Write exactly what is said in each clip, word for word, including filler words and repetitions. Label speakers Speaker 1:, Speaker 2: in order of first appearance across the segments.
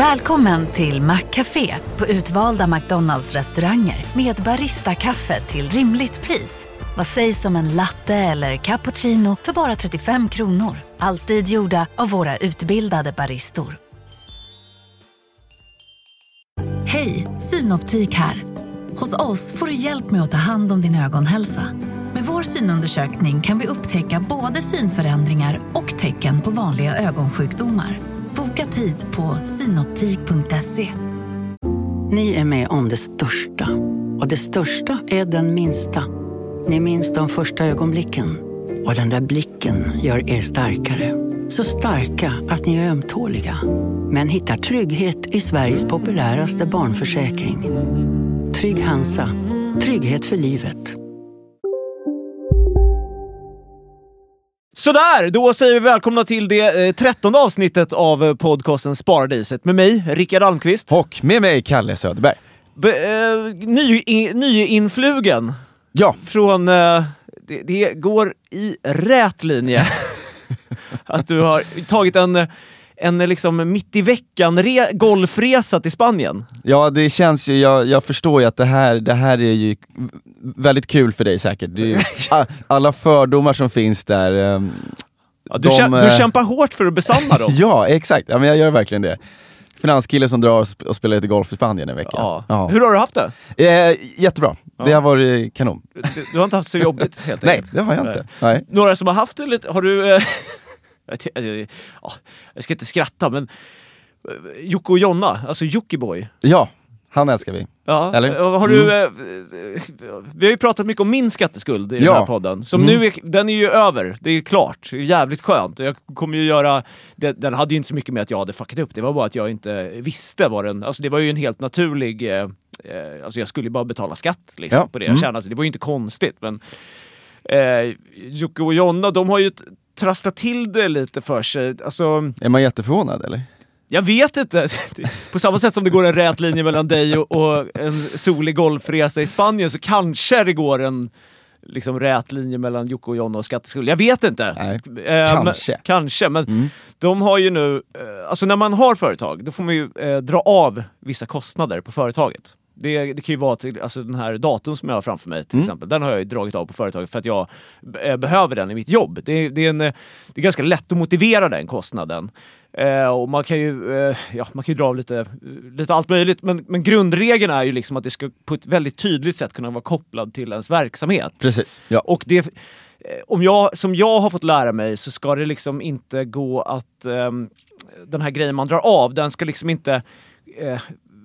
Speaker 1: Välkommen till McCafé på utvalda McDonalds-restauranger med barista-kaffe till rimligt pris. Vad sägs om en latte eller cappuccino för bara trettiofem kronor? Alltid gjorda av våra utbildade baristor. Hej, Synoptik här. Hos oss får du hjälp med att ta hand om din ögonhälsa. Med vår synundersökning kan vi upptäcka både synförändringar och tecken på vanliga ögonsjukdomar. Boka tid på synoptik punkt se.
Speaker 2: Ni är med om det största. Och det största är den minsta. Ni minns de första ögonblicken. Och den där blicken gör er starkare. Så starka att ni är ömtåliga. Men hittar trygghet i Sveriges populäraste barnförsäkring. Trygg Hansa. Trygghet för livet.
Speaker 3: Sådär, då säger vi välkomna till det eh, trettonde avsnittet av podcasten Sparadiset med mig, Rickard Almqvist.
Speaker 4: Och med mig, Kalle Söderberg.
Speaker 3: Be, eh, ny, in, nyinflugen.
Speaker 4: Ja.
Speaker 3: Från, eh, det, det går i rät linje. Att du har tagit en, en liksom mitt i veckan re, golfresa till Spanien.
Speaker 4: Ja, det känns ju, jag, jag förstår ju att det här, det här är ju väldigt kul för dig säkert. Det är ju, alla fördomar som finns där. Um,
Speaker 3: ja, du,
Speaker 4: de,
Speaker 3: käm, du kämpar hårt för att besanna dem.
Speaker 4: Ja, exakt. Ja, men jag gör verkligen det. Finanskille som drar och spelar lite golf i Spanien en vecka.
Speaker 3: Ja.
Speaker 4: Ja.
Speaker 3: Hur har du haft det?
Speaker 4: Eh, jättebra. Ja. Det har varit kanon.
Speaker 3: Du, du har inte haft så jobbigt helt
Speaker 4: Nej,
Speaker 3: enkelt.
Speaker 4: det har jag inte. Nej.
Speaker 3: Några som har haft det lite, har du... Eh, ja, jag ska inte skratta, men Jocke och Jonna, alltså Jockiboi.
Speaker 4: Ja, han älskar vi.
Speaker 3: Ja.
Speaker 4: Eller?
Speaker 3: Har du,
Speaker 4: mm.
Speaker 3: eh, vi har ju pratat mycket om min skatteskuld i
Speaker 4: ja.
Speaker 3: den här podden. Som mm. nu är, den är ju över, det är klart. Det är jävligt skönt. Jag kommer ju göra, det, den hade ju inte så mycket med att jag hade fuckat upp. Det var bara att jag inte visste vad den, alltså det var ju en helt naturlig, eh, alltså jag skulle ju bara betala skatt liksom,
Speaker 4: ja.
Speaker 3: på det jag
Speaker 4: mm.
Speaker 3: tjänade. Det var ju inte konstigt, men eh, Jocke och Jonna, de har ju trasslat till det lite för sig. Alltså,
Speaker 4: är man jätteförvånad eller?
Speaker 3: Jag vet inte. På samma sätt som det går en rät linje mellan dig och, och en solig golfresa i Spanien, så kanske det går en liksom rät linje mellan Jocke och Jonna och skatteskuld. Jag vet inte.
Speaker 4: Nej,
Speaker 3: eh,
Speaker 4: kanske.
Speaker 3: Men, kanske, men
Speaker 4: mm.
Speaker 3: de har ju nu, eh, alltså när man har företag, då får man ju eh, dra av vissa kostnader på företaget. Det, det kan ju vara till, alltså den här datorn som jag har framför mig till
Speaker 4: mm.
Speaker 3: exempel. Den har jag ju dragit av på företaget för att jag eh, behöver den i mitt jobb. Det, det, är en, det är ganska lätt att motivera den kostnaden. Eh, och man kan ju eh, ja, man kan ju dra av lite, lite allt möjligt. Men, men grundregeln är ju liksom att det ska på ett väldigt tydligt sätt kunna vara kopplad till ens verksamhet.
Speaker 4: Precis, ja.
Speaker 3: Och det, eh, om jag, som jag har fått lära mig, så ska det liksom inte gå att eh, den här grejen man drar av, den ska liksom inte eh,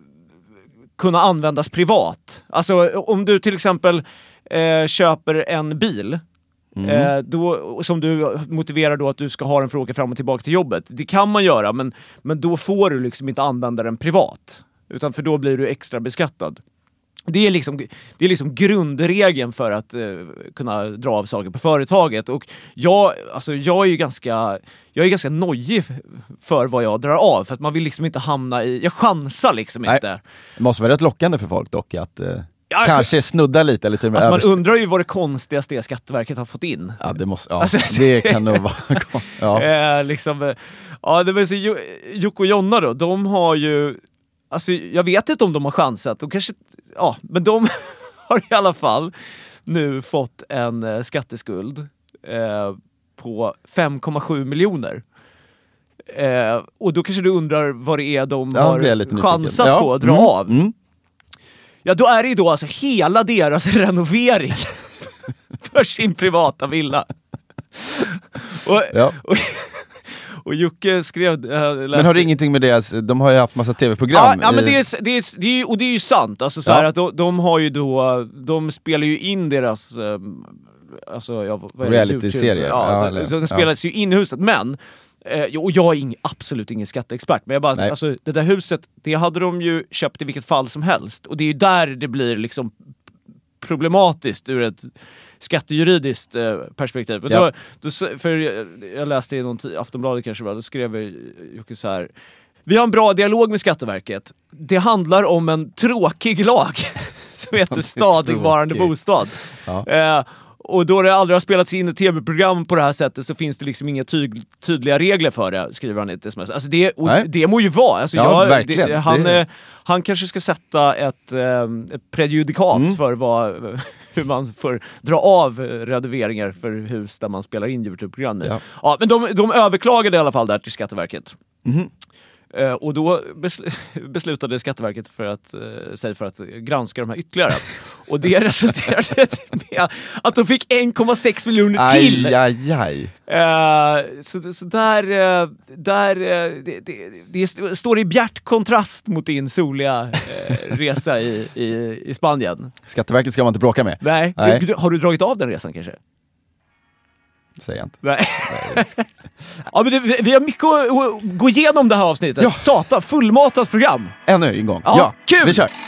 Speaker 3: kunna användas privat. Alltså om du till exempel eh, köper en bil mm. eh, då, som du motiverar då att du ska ha den för att åka fram och tillbaka till jobbet. Det kan man göra, men, men då får du liksom inte använda den privat. Utan för då blir du extra beskattad. Det är liksom, det är liksom grundregeln för att eh, kunna dra av saker på företaget. Och jag, alltså jag är ju ganska, jag är ganska nojig för vad jag drar av. För att man vill liksom inte hamna i, jag chansar liksom
Speaker 4: Nej.
Speaker 3: inte.
Speaker 4: Det måste vara rätt lockande för folk dock att eh,
Speaker 3: ja,
Speaker 4: kanske snudda lite eller till och med
Speaker 3: alltså man undrar ju vad det konstigaste är Skatteverket har fått in.
Speaker 4: Ja, det måste, ja,
Speaker 3: alltså,
Speaker 4: det kan nog vara. Ja.
Speaker 3: Eh, liksom, ja, det vill säga Jocke och Jonna då, de har ju, alltså jag vet inte om de har chansat, de kanske, ja, men de har i alla fall nu fått en eh, skatteskuld eh, på fem komma sju miljoner. Eh, och då kanske du undrar vad det är de
Speaker 4: ja,
Speaker 3: har chansat
Speaker 4: ja.
Speaker 3: på att dra
Speaker 4: mm.
Speaker 3: av.
Speaker 4: Mm.
Speaker 3: Ja, då är det ju då alltså hela deras renovering för sin privata villa. Och,
Speaker 4: ja.
Speaker 3: och, och Jocke skrev...
Speaker 4: Men har det ingenting med deras... De har ju haft massa tv-program.
Speaker 3: Ja, ja
Speaker 4: i...
Speaker 3: men det är, det är, det är, och det är ju sant. Alltså så här
Speaker 4: ja.
Speaker 3: att de, de har ju då... De spelar ju in deras... Alltså, ja,
Speaker 4: reality-serier.
Speaker 3: Ja,
Speaker 4: ja,
Speaker 3: eller, de spelas ja. ju in i huset, men... Eh, och jag är ing, absolut ingen skatteexpert, men jag bara, alltså, det där huset, det hade de ju köpt i vilket fall som helst. Och det är ju där det blir liksom problematiskt ur ett skattejuridiskt eh, perspektiv. Och
Speaker 4: ja.
Speaker 3: då, då, för jag, jag läste i någon t- Aftonbladet kanske var, då skrev Jocke så här: vi har en bra dialog med Skatteverket. Det handlar om en tråkig lag som heter stadigvarande bostad.
Speaker 4: Ja.
Speaker 3: Eh, och då det aldrig har spelats in ett tv-program på det här sättet så finns det liksom inga ty- tydliga regler för det, skriver han i ett sms. Alltså det, och det må ju vara. Alltså
Speaker 4: ja,
Speaker 3: jag,
Speaker 4: verkligen.
Speaker 3: Det, han,
Speaker 4: det...
Speaker 3: han kanske ska sätta ett, ett prejudikat mm. för vad, hur man får dra av renoveringar för hus där man spelar in YouTube-program. Ja. Ja, men de, de överklagade i alla fall där till Skatteverket. Mm. Uh, och då besl- beslutade Skatteverket för att, uh, sig för att granska de här ytterligare. Och det resulterade med att de fick en komma sex miljoner till.
Speaker 4: Aj, aj, aj.
Speaker 3: Uh, så, så där, uh, där uh, det, det, det står i bjärt kontrast mot din soliga uh, resa i, i, i Spanien.
Speaker 4: Skatteverket ska man inte bråka med.
Speaker 3: Nej.
Speaker 4: Nej.
Speaker 3: Du, har du dragit av den resan kanske?
Speaker 4: Säger jag inte.
Speaker 3: Nej. Ja, men det, vi har mycket att gå igenom det här avsnittet. Ja. Satan, fullmatat program.
Speaker 4: Ännu en gång.
Speaker 3: Ja,
Speaker 4: ja.
Speaker 3: Kul!
Speaker 4: Vi kör.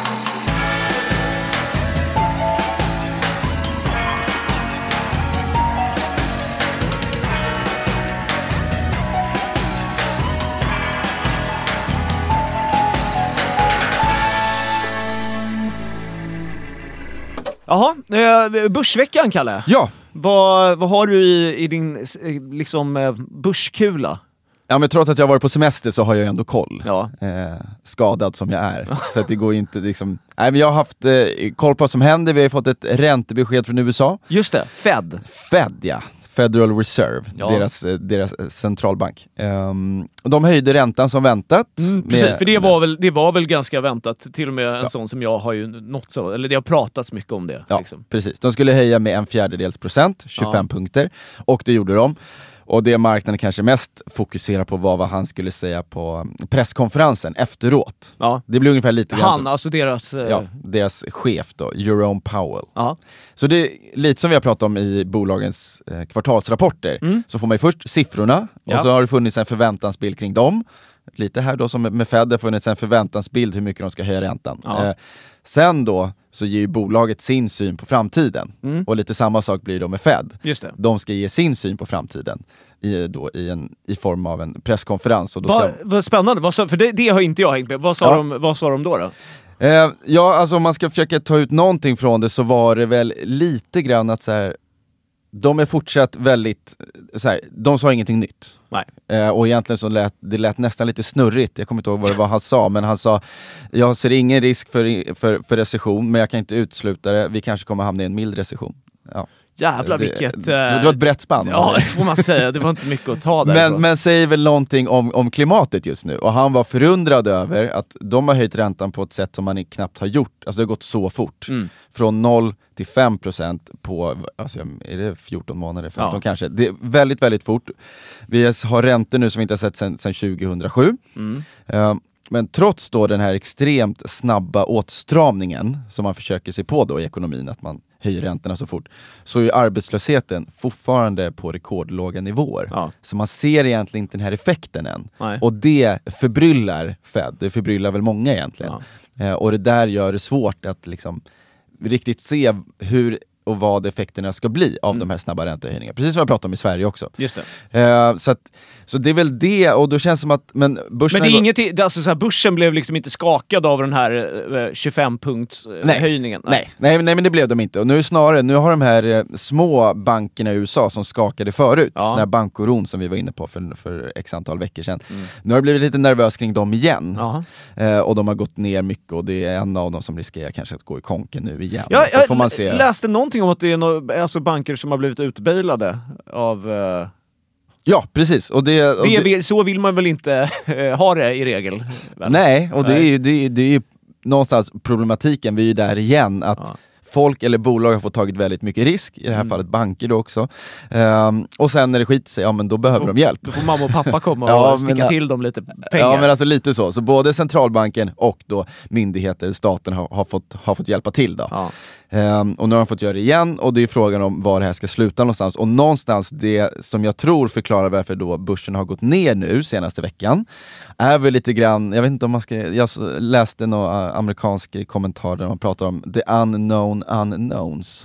Speaker 3: Jaha, eh, börsveckan, Kalle.
Speaker 4: Ja.
Speaker 3: Vad, vad har du i, i din liksom, eh, börskula?
Speaker 4: Ja, men trots att jag har varit på semester så har jag ändå koll.
Speaker 3: Ja.
Speaker 4: Eh, skadad som jag är. Så att det går inte liksom... Nej, men jag har haft eh, koll på vad som händer. Vi har fått ett räntebesked från U S A.
Speaker 3: Just det, Fed.
Speaker 4: Fed, ja. Federal Reserve, ja. deras, deras centralbank. Um, de höjde räntan som väntat.
Speaker 3: Mm, precis, med, för det var, väl, det var väl ganska väntat. Till och med en ja. sån som jag har ju nått så, eller det har pratats mycket om det.
Speaker 4: Ja,
Speaker 3: liksom.
Speaker 4: Precis. De skulle höja med en fjärdedels procent, tjugofem ja. punkter. Och det gjorde de. Och det marknaden kanske mest fokuserar på var vad han skulle säga på presskonferensen efteråt.
Speaker 3: Ja.
Speaker 4: Det blir ungefär lite...
Speaker 3: Han, alltså deras...
Speaker 4: Eh... Ja, deras chef då, Jerome Powell.
Speaker 3: Ja.
Speaker 4: Så det är lite som vi har pratat om i bolagens eh, kvartalsrapporter. Mm. Så får man ju först siffrorna, ja. och så har det funnits en förväntansbild kring dem. Lite här då som med Fed, det har funnits en förväntansbild hur mycket de ska höja räntan.
Speaker 3: Ja.
Speaker 4: Eh, sen då så ger ju bolaget sin syn på framtiden. Mm. Och lite samma sak blir det med Fed.
Speaker 3: Just det.
Speaker 4: De ska ge sin syn på framtiden i, då, i, en, i form av en presskonferens. Och då ska...
Speaker 3: Va, vad spännande, vad sa, för det, det har inte jag hängt med. Vad sa, ja. de, vad sa de då? då?
Speaker 4: Eh, ja, alltså om man ska försöka ta ut någonting från det så var det väl lite grann att så här, de är fortsatt väldigt, så här, de sa ingenting nytt.
Speaker 3: Nej.
Speaker 4: Eh, och egentligen så lät det lät nästan lite snurrigt. Jag kommer inte ihåg vad det var han sa, men han sa jag ser ingen risk för, för, för recession, men jag kan inte utesluta det. Vi kanske kommer hamna i en mild recession. Ja.
Speaker 3: Jävlar
Speaker 4: det,
Speaker 3: vilket...
Speaker 4: Det, det var ett brett spann.
Speaker 3: Ja, det får man säga. Det var inte mycket att ta där.
Speaker 4: Men, men säger väl någonting om, om klimatet just nu. Och han var förundrad över att de har höjt räntan på ett sätt som man knappt har gjort. Alltså det har gått så fort. Mm. Från noll till fem procent på, alltså, är det fjorton månader, femton ja. kanske. Det är väldigt, väldigt fort. Vi har räntor nu som vi inte har sett sedan, sedan tjugohundrasju. Mm. Uh, Men trots då den här extremt snabba åtstramningen som man försöker sig på då i ekonomin, att man höjer räntorna så fort, så är arbetslösheten fortfarande på rekordlåga nivåer. Ja. Så man ser egentligen inte den här effekten än. Nej. Och det förbryllar Fed, det förbryllar väl många egentligen. Ja. Eh, och det där gör det svårt att liksom riktigt se hur och vad effekterna ska bli av mm. de här snabba räntehöjningarna. Precis som jag pratade om i Sverige också.
Speaker 3: Just det.
Speaker 4: Uh, så, att, så det är väl det, och då känns det som att... Men, börsen
Speaker 3: men det är
Speaker 4: går...
Speaker 3: inget, alltså så här, börsen blev liksom inte skakad av den här uh, tjugofem-punkts uh,
Speaker 4: nej.
Speaker 3: höjningen.
Speaker 4: Nej. Nej, nej, men det blev de inte. Och nu snarare, nu har de här uh, små bankerna i U S A som skakade förut, ja. den här bankoron som vi var inne på för, för x antal veckor sedan. Mm. Nu har det blivit lite nervös kring dem igen. Uh, och de har gått ner mycket, och det är en av dem som riskerar kanske att gå i konken nu igen.
Speaker 3: Ja,
Speaker 4: så
Speaker 3: jag
Speaker 4: får man se...
Speaker 3: läste någonting om att det är no- alltså banker som har blivit utbailade av... Uh...
Speaker 4: Ja, precis. Och det, och
Speaker 3: det,
Speaker 4: det...
Speaker 3: Så vill man väl inte ha det i regel? Väl?
Speaker 4: Nej, och det är ju det är, det är ju någonstans problematiken, vi är ju där igen, att ja. folk eller bolag har fått tagit väldigt mycket risk, i det här mm. fallet banker då också. Um, och sen när det skiter sig, ja men då behöver
Speaker 3: får,
Speaker 4: de hjälp.
Speaker 3: Då får mamma och pappa komma och
Speaker 4: ja,
Speaker 3: sticka
Speaker 4: men,
Speaker 3: till dem lite pengar.
Speaker 4: Ja, men alltså lite så. Så både centralbanken och då myndigheter, staten har, har, fått, har fått hjälpa till då. Ja. Um, och nu har de fått göra det igen, och det är frågan om var det här ska sluta någonstans. Och någonstans det som jag tror förklarar varför då börsen har gått ner nu senaste veckan är väl lite grann, jag vet inte om man ska, jag läste någon amerikansk kommentar där man pratar om the unknown unknowns.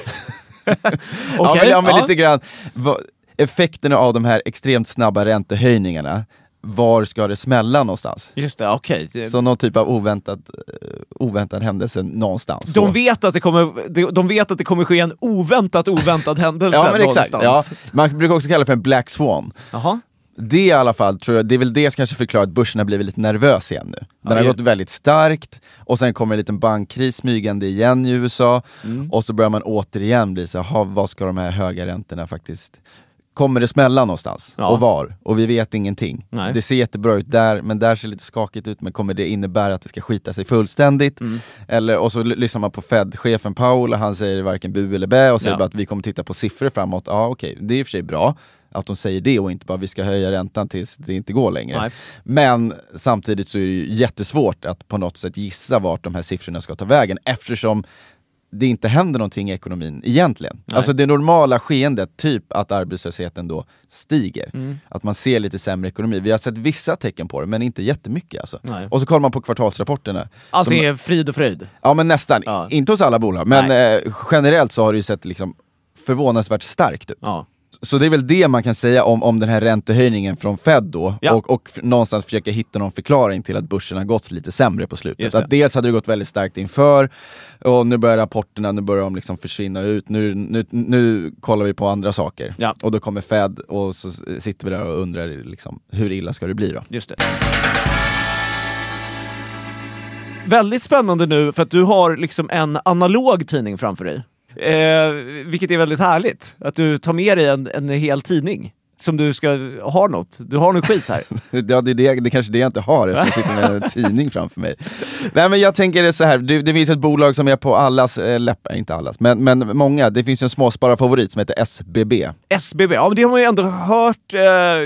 Speaker 4: okay, ja, men, ja, men ja. lite grann vad, effekterna av de här extremt snabba räntehöjningarna var ska det smälla någonstans?
Speaker 3: Just det, okej. Okay.
Speaker 4: Så någon typ av oväntad, oväntad händelse någonstans.
Speaker 3: De vet, att det kommer, de vet att det kommer ske en oväntat oväntad händelse
Speaker 4: ja, men exakt.
Speaker 3: någonstans.
Speaker 4: Ja. Man brukar också kalla det för en black swan.
Speaker 3: Jaha.
Speaker 4: Det i alla fall, tror jag, det är väl det som kanske förklarar att börsen har blivit lite nervös igen nu. Den
Speaker 3: ja,
Speaker 4: har
Speaker 3: ja.
Speaker 4: gått väldigt starkt, och sen kommer en liten bankkris smygande igen i U S A, mm. och så börjar man återigen bli så här, vad ska de här höga räntorna faktiskt... Kommer det smälla någonstans? Ja. Och var? Och vi vet ingenting. Nej. Det ser jättebra ut där, men där ser lite skakigt ut. Men kommer det innebära att det ska skita sig fullständigt? Mm. Eller, och så lyssnar man på Fed-chefen Powell, och han säger varken bu eller bä, och säger ja. bara att vi kommer titta på siffror framåt. Ja, okej, det är i och för sig bra att de säger det, och inte bara vi ska höja räntan tills det inte går längre. Nej. Men samtidigt så är det ju jättesvårt att på något sätt gissa vart de här siffrorna ska ta vägen, eftersom det inte händer någonting i ekonomin egentligen. Nej. Alltså det normala skeendet, typ att arbetslösheten då stiger. Mm. Att man ser lite sämre ekonomi. Vi har sett vissa tecken på det, men inte jättemycket alltså. Och så kollar man på kvartalsrapporterna.
Speaker 3: Allt som, är frid och fröjd.
Speaker 4: Ja, men nästan. Ja. Inte hos alla bolag, men eh, generellt så har det ju sett liksom förvånansvärt starkt ut. Ja. Så det är väl det man kan säga om, om den här räntehöjningen från Fed då, ja. och, och någonstans försöka hitta någon förklaring till att börsen har gått lite sämre på slutet. Att dels hade det gått väldigt starkt inför, och nu börjar rapporterna, nu börjar de liksom försvinna ut, nu, nu, nu kollar vi på andra saker. Ja. Och då kommer Fed, och så sitter vi där och undrar liksom, hur illa ska det bli då?
Speaker 3: Just det. Väldigt spännande nu, för att du har liksom en analog tidning framför dig. Eh, vilket är väldigt härligt. Att du tar med dig en, en hel tidning som du ska ha något. Du har något skit här.
Speaker 4: Ja, det är, det, det är kanske det jag inte har. Jag sitter med en tidning framför mig. Nej, men jag tänker det så här. Det, det finns ett bolag som är på allas äh, läppar. Inte allas, men, men många. Det finns en småspararfavorit som heter S B B.
Speaker 3: S B B, ja men det har man ju ändå hört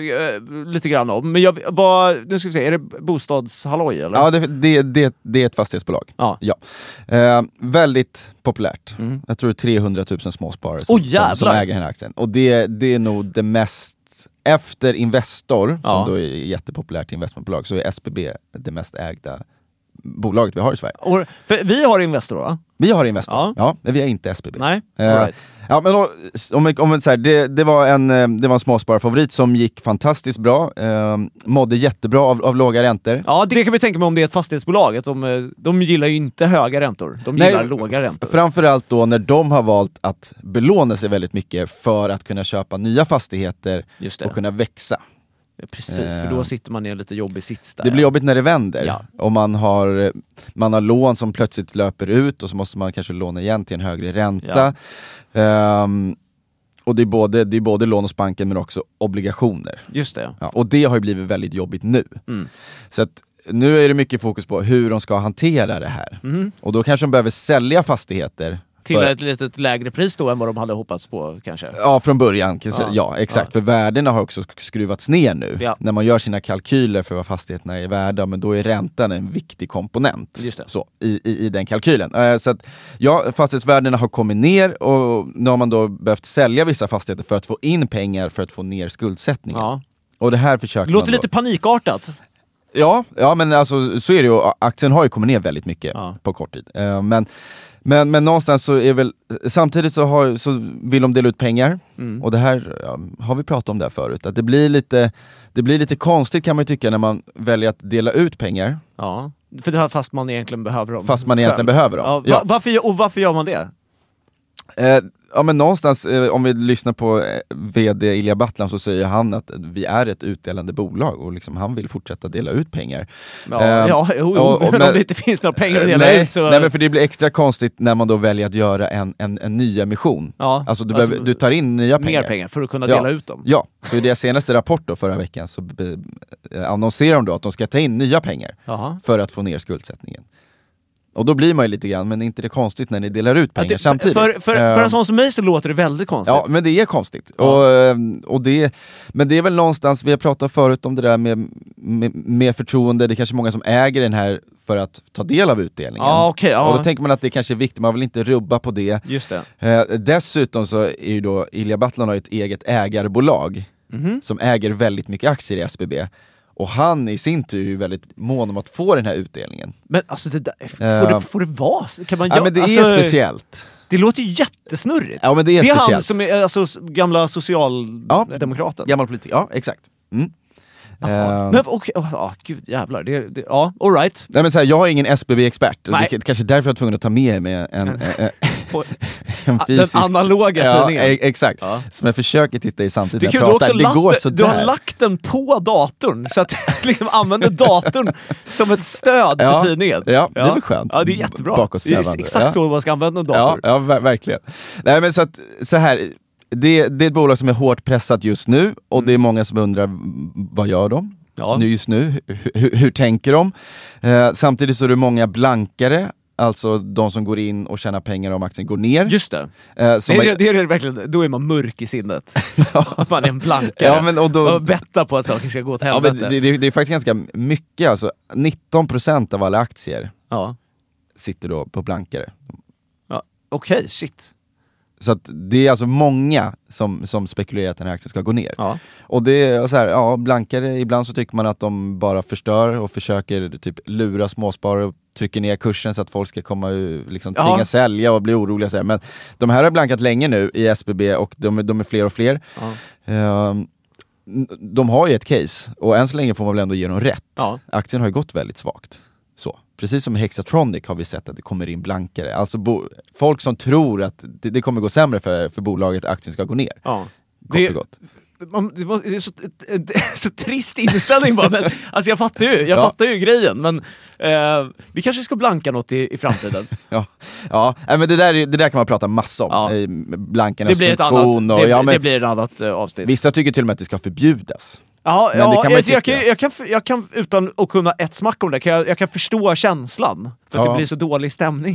Speaker 3: äh, lite grann om. Men jag, vad, nu ska vi se, är det bostadshalloj eller?
Speaker 4: Ja, det, det, det, det är ett fastighetsbolag. Ja. Ja. Eh, väldigt populärt. Mm. Jag tror det är trehundratusen småsparare som, oh, som, som äger den här aktien. Och det, det är nog det mest. Efter Investor, ja. som då är jättepopulärt investmentbolag, så är S B B det mest ägda bolaget vi har i Sverige.
Speaker 3: Och, för vi har Investor, va?
Speaker 4: Vi har Investor, ja, ja men vi har inte S B B.
Speaker 3: Nej,
Speaker 4: all right. Ja, men då, om, om, så här, det, det, var en, det var en småspararfavorit som gick fantastiskt bra, eh, mådde jättebra av, av låga räntor.
Speaker 3: Ja, det kan vi tänka mig om det är ett fastighetsbolag, att de, de gillar ju inte höga räntor, de gillar Nej, låga räntor.
Speaker 4: Framförallt då när de har valt att belåna sig väldigt mycket för att kunna köpa nya fastigheter och kunna växa.
Speaker 3: Ja, precis, eh, för då sitter man i en lite jobbig sits där.
Speaker 4: Det blir jobbigt när det vänder. Ja. Och man har, man har lån som plötsligt löper ut, och så måste man kanske låna igen till en högre ränta. Ja. Um, och det är, både, det är både lån hos banken, men också obligationer.
Speaker 3: Just det.
Speaker 4: Ja, och det har ju blivit väldigt jobbigt nu. Mm. Så att nu är det mycket fokus på hur de ska hantera det här. Mm. Och då kanske de behöver sälja fastigheter
Speaker 3: till för ett litet lägre pris då än vad de hade hoppats på kanske.
Speaker 4: Ja, från början. Ja, ja exakt. Ja. För värdena har också skruvats ner nu. Ja. När man gör sina kalkyler för vad fastigheterna är värda, men då är räntan en viktig komponent. Just det. Så, i, i, i den kalkylen. Uh, så att, ja, fastighetsvärdena har kommit ner, och nu har man då behövt sälja vissa fastigheter för att få in pengar för att få ner skuldsättningen. Ja. Och det här försöker
Speaker 3: det låter
Speaker 4: man då...
Speaker 3: lite panikartat.
Speaker 4: Ja, ja, men alltså så är det ju. Aktien har ju kommit ner väldigt mycket ja. på kort tid. Uh, men Men, men någonstans så är väl, samtidigt så, har, så vill de dela ut pengar. Mm. Och det här ja, har vi pratat om där förut. Att det blir lite, det blir lite konstigt kan man ju tycka när man väljer att dela ut pengar.
Speaker 3: Ja, för det här fast man egentligen behöver dem.
Speaker 4: Fast man egentligen behöver dem.
Speaker 3: Ja, ja. Varför, och varför gör man det?
Speaker 4: Eh, ja men någonstans, eh, om vi lyssnar på eh, vd Ilija Batljan, så säger han att vi är ett utdelande bolag, och liksom han vill fortsätta dela ut pengar.
Speaker 3: Ja, eh, ja jo, och, och, men om det inte finns några pengar att dela
Speaker 4: nej,
Speaker 3: ut så...
Speaker 4: Nej, men för det blir extra konstigt när man då väljer att göra en, en, en ny emission. Ja, alltså, du, alltså behöver, du tar in nya pengar.
Speaker 3: Mer pengar för att kunna dela
Speaker 4: ja,
Speaker 3: ut dem.
Speaker 4: Ja, så i deras senaste rapport då förra veckan så be, annonserar de då att de ska ta in nya pengar. Aha. För att få ner skuldsättningen. Och då blir man ju lite grann, men inte det konstigt när ni delar ut pengar ja, det, samtidigt.
Speaker 3: För, för, för en sån som mig så låter det väldigt konstigt.
Speaker 4: Ja, men det är konstigt. Ja. Och, och det, men det är väl någonstans, vi har pratat förut om det där med, med, med förtroende. Det är kanske många som äger den här för att ta del av utdelningen.
Speaker 3: Ja, okay, ja.
Speaker 4: Och då tänker man att det kanske är viktigt, man vill inte rubba på det.
Speaker 3: Just det.
Speaker 4: Eh, dessutom så är ju då Ilija Batljan har ett eget ägarbolag mm-hmm. som äger väldigt mycket aktier i S B B. Och han i sin tur är ju väldigt mån om att få den här utdelningen.
Speaker 3: Men alltså, det där, får, det, får det vara? Kan man
Speaker 4: ja, men det
Speaker 3: alltså,
Speaker 4: är speciellt.
Speaker 3: Det låter ju jättesnurrigt.
Speaker 4: Ja, men det är,
Speaker 3: det är
Speaker 4: speciellt.
Speaker 3: han som är alltså, gamla socialdemokraten.
Speaker 4: Ja, gammal politik. Ja, exakt. Mm. Uh,
Speaker 3: men okej, okay. oh, oh, gud jävlar. Det, det, ja, all right.
Speaker 4: Nej, men så här, jag är ingen S B B-expert. Det är kanske därför jag är tvungen att ta med mig en, en, en fysisk...
Speaker 3: Den analoga
Speaker 4: ja,
Speaker 3: tidningen.
Speaker 4: E- exakt. Ja. Som jag försöker titta i samtidigt
Speaker 3: det
Speaker 4: när jag pratar.
Speaker 3: Du,
Speaker 4: det går
Speaker 3: lagt,
Speaker 4: så
Speaker 3: du
Speaker 4: där.
Speaker 3: har lagt den på datorn, så att du liksom använder datorn som ett stöd
Speaker 4: ja,
Speaker 3: för tidningen.
Speaker 4: Ja, ja, det är väl skönt.
Speaker 3: Ja, det är jättebra. Det är exakt
Speaker 4: ja.
Speaker 3: så man ska använda en dator.
Speaker 4: Ja, ja ver- verkligen. Nej, men så att, så här... Det, det är ett bolag som är hårt pressat just nu och mm. det är många som undrar vad gör de
Speaker 3: ja.
Speaker 4: nu just nu? Hur, hur, hur tänker de? Eh, samtidigt så är det många blankare, alltså de som går in och tjänar pengar om aktien går ner.
Speaker 3: Just det.
Speaker 4: Eh,
Speaker 3: det, är,
Speaker 4: man...
Speaker 3: det är verkligen, då är man mörk i sinnet. Att man är en blankare
Speaker 4: ja, men, och, då...
Speaker 3: och bettar på att saker ska gå åt helvete.
Speaker 4: Ja, men det, det, det är faktiskt ganska mycket, alltså nitton procent av alla aktier
Speaker 3: ja.
Speaker 4: sitter då på blankare.
Speaker 3: Ja. Okej, okay, shit.
Speaker 4: Så att det är alltså många som, som spekulerar att den här aktien ska gå ner.
Speaker 3: Ja.
Speaker 4: Och det är så här, ja, blankare, ibland så tycker man att de bara förstör och försöker typ lura småsparare och trycker ner kursen så att folk ska komma och liksom tvinga
Speaker 3: ja.
Speaker 4: sälja och bli oroliga. Så här. Men de här har blankat länge nu i S B B och de, de är fler och fler. Ja. Uh, de har ju ett case och än så länge får man väl ändå ge dem rätt. Ja. Aktien har ju gått väldigt svagt. Så. Precis som med Hexatronic har vi sett att det kommer in blankare. Alltså bo- folk som tror att det, det kommer gå sämre för, för bolaget att aktien ska gå ner.
Speaker 3: Ja.
Speaker 4: Kort och gott.
Speaker 3: Man, det är så, så trist inställning bara, men alltså jag fattar ju, jag ja. fattar ju grejen, men eh, vi kanske ska blanka något i, i framtiden.
Speaker 4: ja, ja. men det där, det där kan man prata massor om. Ja. Blankarnas
Speaker 3: det blir
Speaker 4: funktion.
Speaker 3: Ett annat,
Speaker 4: och, ja,
Speaker 3: det,
Speaker 4: men,
Speaker 3: det blir ett annat uh, avsnitt.
Speaker 4: Vissa tycker till och med att det ska förbjudas.
Speaker 3: Ja, ja jag, jag, kan, jag, kan, jag kan utan att kunna ett smack om det, kan jag, jag kan förstå känslan för att ja. det blir så dålig stämning.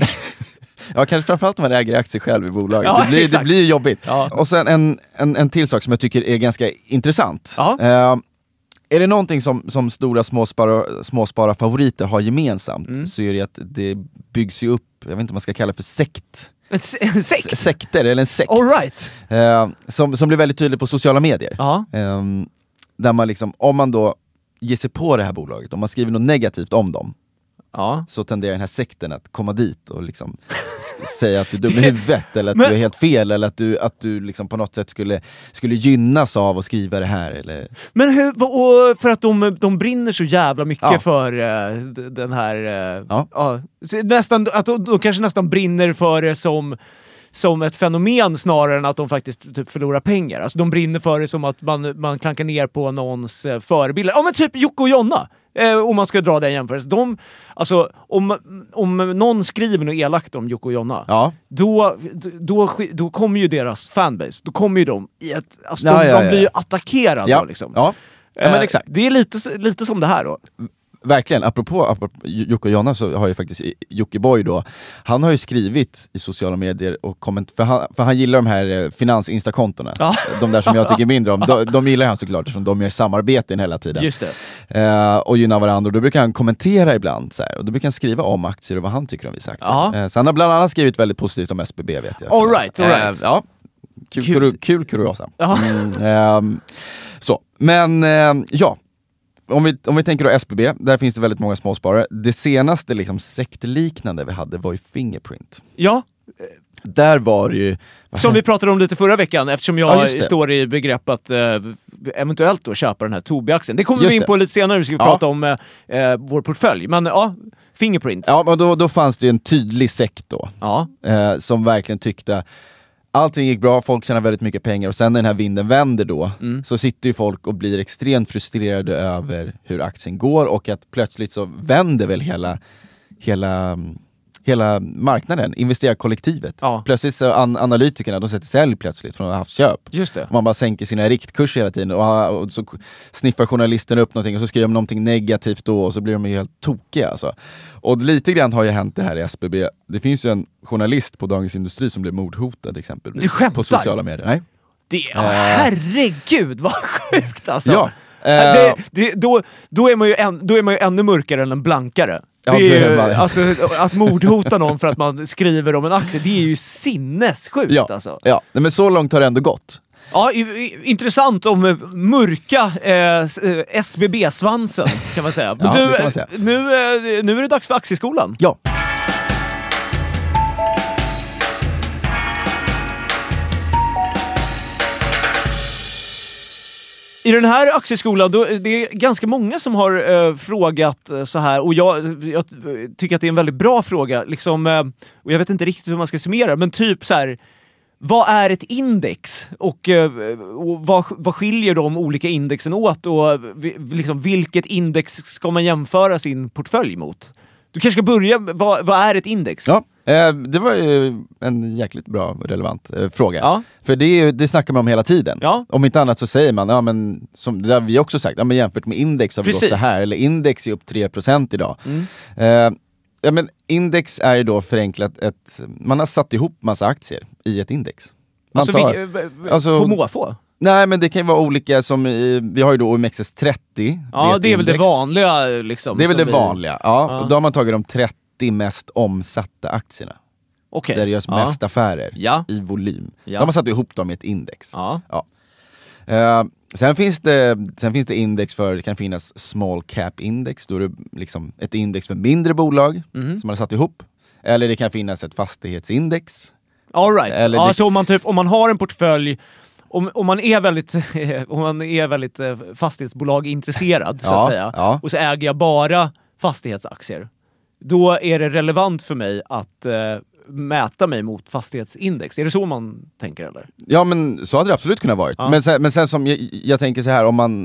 Speaker 4: Ja, kanske framförallt när man äger aktier själv i bolaget.
Speaker 3: Ja,
Speaker 4: det, blir, det blir jobbigt. Ja. Och sen en, en, en till sak som jag tycker är ganska intressant.
Speaker 3: Ja.
Speaker 4: Uh, är det någonting som, som stora småspara, småspararfavoriter har gemensamt mm. så är det att det byggs ju upp, jag vet inte om man ska kalla det för sekt.
Speaker 3: En, en sekt?
Speaker 4: S- sekter eller en sekt.
Speaker 3: All right.
Speaker 4: Uh, som, som blir väldigt tydlig på sociala medier.
Speaker 3: Ja.
Speaker 4: Um, där man liksom, om man då ger sig på det här bolaget, om man skriver något negativt om dem, ja. så tenderar den här sekten att komma dit och liksom säga att du är dum i huvudet eller att men... du är helt fel eller att du, att du liksom på något sätt skulle, skulle gynnas av att skriva det här. Eller...
Speaker 3: Men hur, och för att de, de brinner så jävla mycket ja. för uh, den här... Uh, ja. Uh, nästan, att de, de kanske nästan brinner för det som... som ett fenomen snarare än att de faktiskt typ förlorar pengar. Alltså de brinner för det som att man, man klankar ner på någons eh, förebilder. Ja men typ Jocke och Jonna, eh, om man ska dra den jämförelsen. De, alltså, om, om någon skriver något elakt om Jocke och Jonna, ja. då, då, då kommer ju deras fanbase, då kommer ju de i ett, alltså ja, de, ja, de blir ju ja. attackerade
Speaker 4: ja.
Speaker 3: då liksom.
Speaker 4: Ja. Ja, men exakt.
Speaker 3: Eh, det är lite, lite som det här då.
Speaker 4: Verkligen, apropå, apropå Jocke och Jonna så har ju faktiskt Jockiboi då, han har ju skrivit i sociala medier och komment, för han, för han gillar de här finansinstakontona, ja. de där som jag tycker mindre om, de, de gillar han såklart eftersom de gör samarbeten hela tiden.
Speaker 3: Just det.
Speaker 4: Eh, och gynnar varandra, och då brukar han kommentera ibland så här, och då brukar han skriva om aktier och vad han tycker om vissa aktier. Ja. Eh, så han har bland annat skrivit väldigt positivt om S B B, vet jag.
Speaker 3: All right, all right.
Speaker 4: Eh, ja, kul, kul, kul kuriosa. Ja. Mm, eh, så, men eh, ja. Om vi, om vi tänker då S B B, där finns det väldigt många småsparare. Det senaste liksom sektliknande vi hade var ju Fingerprint.
Speaker 3: Ja.
Speaker 4: Där var det ju...
Speaker 3: Som vi pratade om lite förra veckan, eftersom jag ja, står i begrepp att eh, eventuellt då köpa den här Tobii-aktien. Det kommer just vi in det. på lite senare, vi ska ja. prata om eh, vår portfölj. Men ja, Fingerprint.
Speaker 4: Ja, men då, då fanns det ju en tydlig sekt då.
Speaker 3: Ja.
Speaker 4: Eh, som verkligen tyckte... Allting gick bra, folk tjänar väldigt mycket pengar och sen när den här vinden vänder då mm. så sitter ju folk och blir extremt frustrerade över hur aktien går och att plötsligt så vänder väl hela, hela, hela marknaden, investerarkollektivet. Ja. Plötsligt så an- analytikerna, de sätter sälj plötsligt från att ha haft köp.
Speaker 3: Just det.
Speaker 4: Man bara sänker sina riktkurser hela tiden och, och så sniffar journalisten upp någonting och så skriver de någonting negativt då och så blir de ju helt tokiga alltså. Och lite grann har ju hänt det här i S B B. Det finns ju en journalist på Dagens Industri som blev mordhotad exempelvis.
Speaker 3: Du skämtar?
Speaker 4: På sociala medier. Nej.
Speaker 3: Det, oh, herregud vad sjukt alltså.
Speaker 4: Ja.
Speaker 3: Det, det, då, då, är man ju en, då är man ju ännu mörkare än en blankare.
Speaker 4: Ja,
Speaker 3: det är ju, alltså, att mordhota någon för att man skriver om en aktie, det är ju sinnessjukt
Speaker 4: ja.
Speaker 3: alltså.
Speaker 4: Ja, men så långt har det ändå gått.
Speaker 3: Ja, i, i, intressant om mörka eh, S B B-svansen kan man säga.
Speaker 4: Ja,
Speaker 3: du,
Speaker 4: det kan man säga.
Speaker 3: Nu, nu är det dags för Aktieskolan.
Speaker 4: Ja.
Speaker 3: I den här aktieskolan, då, det är ganska många som har eh, frågat eh, så här, och jag, jag tycker att det är en väldigt bra fråga, liksom, eh, och jag vet inte riktigt hur man ska summera, men typ så här, vad är ett index? Och, eh, och vad, vad skiljer de olika indexen åt? Och vi, liksom, vilket index ska man jämföra sin portfölj mot? Du kanske ska börja, vad, vad är ett index?
Speaker 4: Ja, eh, det var ju en jäkligt bra och relevant eh, fråga.
Speaker 3: Ja.
Speaker 4: För det, är ju, det snackar man om hela tiden.
Speaker 3: Ja.
Speaker 4: Om inte annat så säger man, ja, men, som det har vi också sagt, ja, men jämfört med index har vi
Speaker 3: Precis.
Speaker 4: gått så här. Eller index är upp tre procent idag.
Speaker 3: Mm.
Speaker 4: Eh, ja, men index är ju då förenklat ett, man har satt ihop massa aktier i ett index. Man
Speaker 3: Alltså,
Speaker 4: tar,
Speaker 3: vi,
Speaker 4: alltså-
Speaker 3: på måfå?
Speaker 4: nej, men det kan ju vara olika som, i, vi har ju då O M X S trettio.
Speaker 3: Ja,
Speaker 4: ett
Speaker 3: det är väl det
Speaker 4: index.
Speaker 3: vanliga liksom.
Speaker 4: Det är väl
Speaker 3: som
Speaker 4: det
Speaker 3: vi-
Speaker 4: vanliga, ja.
Speaker 3: Ja.
Speaker 4: Och då har man tagit de trettio mest omsatta aktierna.
Speaker 3: Okej.
Speaker 4: Där det görs
Speaker 3: Ja.
Speaker 4: mest affärer
Speaker 3: Ja.
Speaker 4: i volym.
Speaker 3: Ja.
Speaker 4: Då har man satt ihop dem i ett index.
Speaker 3: Ja.
Speaker 4: Ja. Eh, sen, finns det, sen finns det index för, det kan finnas small cap index, då är det liksom ett index för mindre bolag
Speaker 3: Mhm.
Speaker 4: som man har satt ihop. Eller det kan finnas ett fastighetsindex.
Speaker 3: All right.
Speaker 4: Eller
Speaker 3: Ja,
Speaker 4: det-
Speaker 3: så om man, typ, om man har en portfölj, om, om man är väldigt, om man är väldigt eh, fastighetsbolag intresserad så
Speaker 4: Ja,
Speaker 3: att säga,
Speaker 4: ja.
Speaker 3: och så äger jag bara fastighetsaktier, då är det relevant för mig att eh, mäta mig mot fastighetsindex. Är det så man tänker eller?
Speaker 4: Ja, men så hade det absolut kunnat vara.
Speaker 3: Ja.
Speaker 4: Men, sen, men sen som jag, jag tänker så här, om man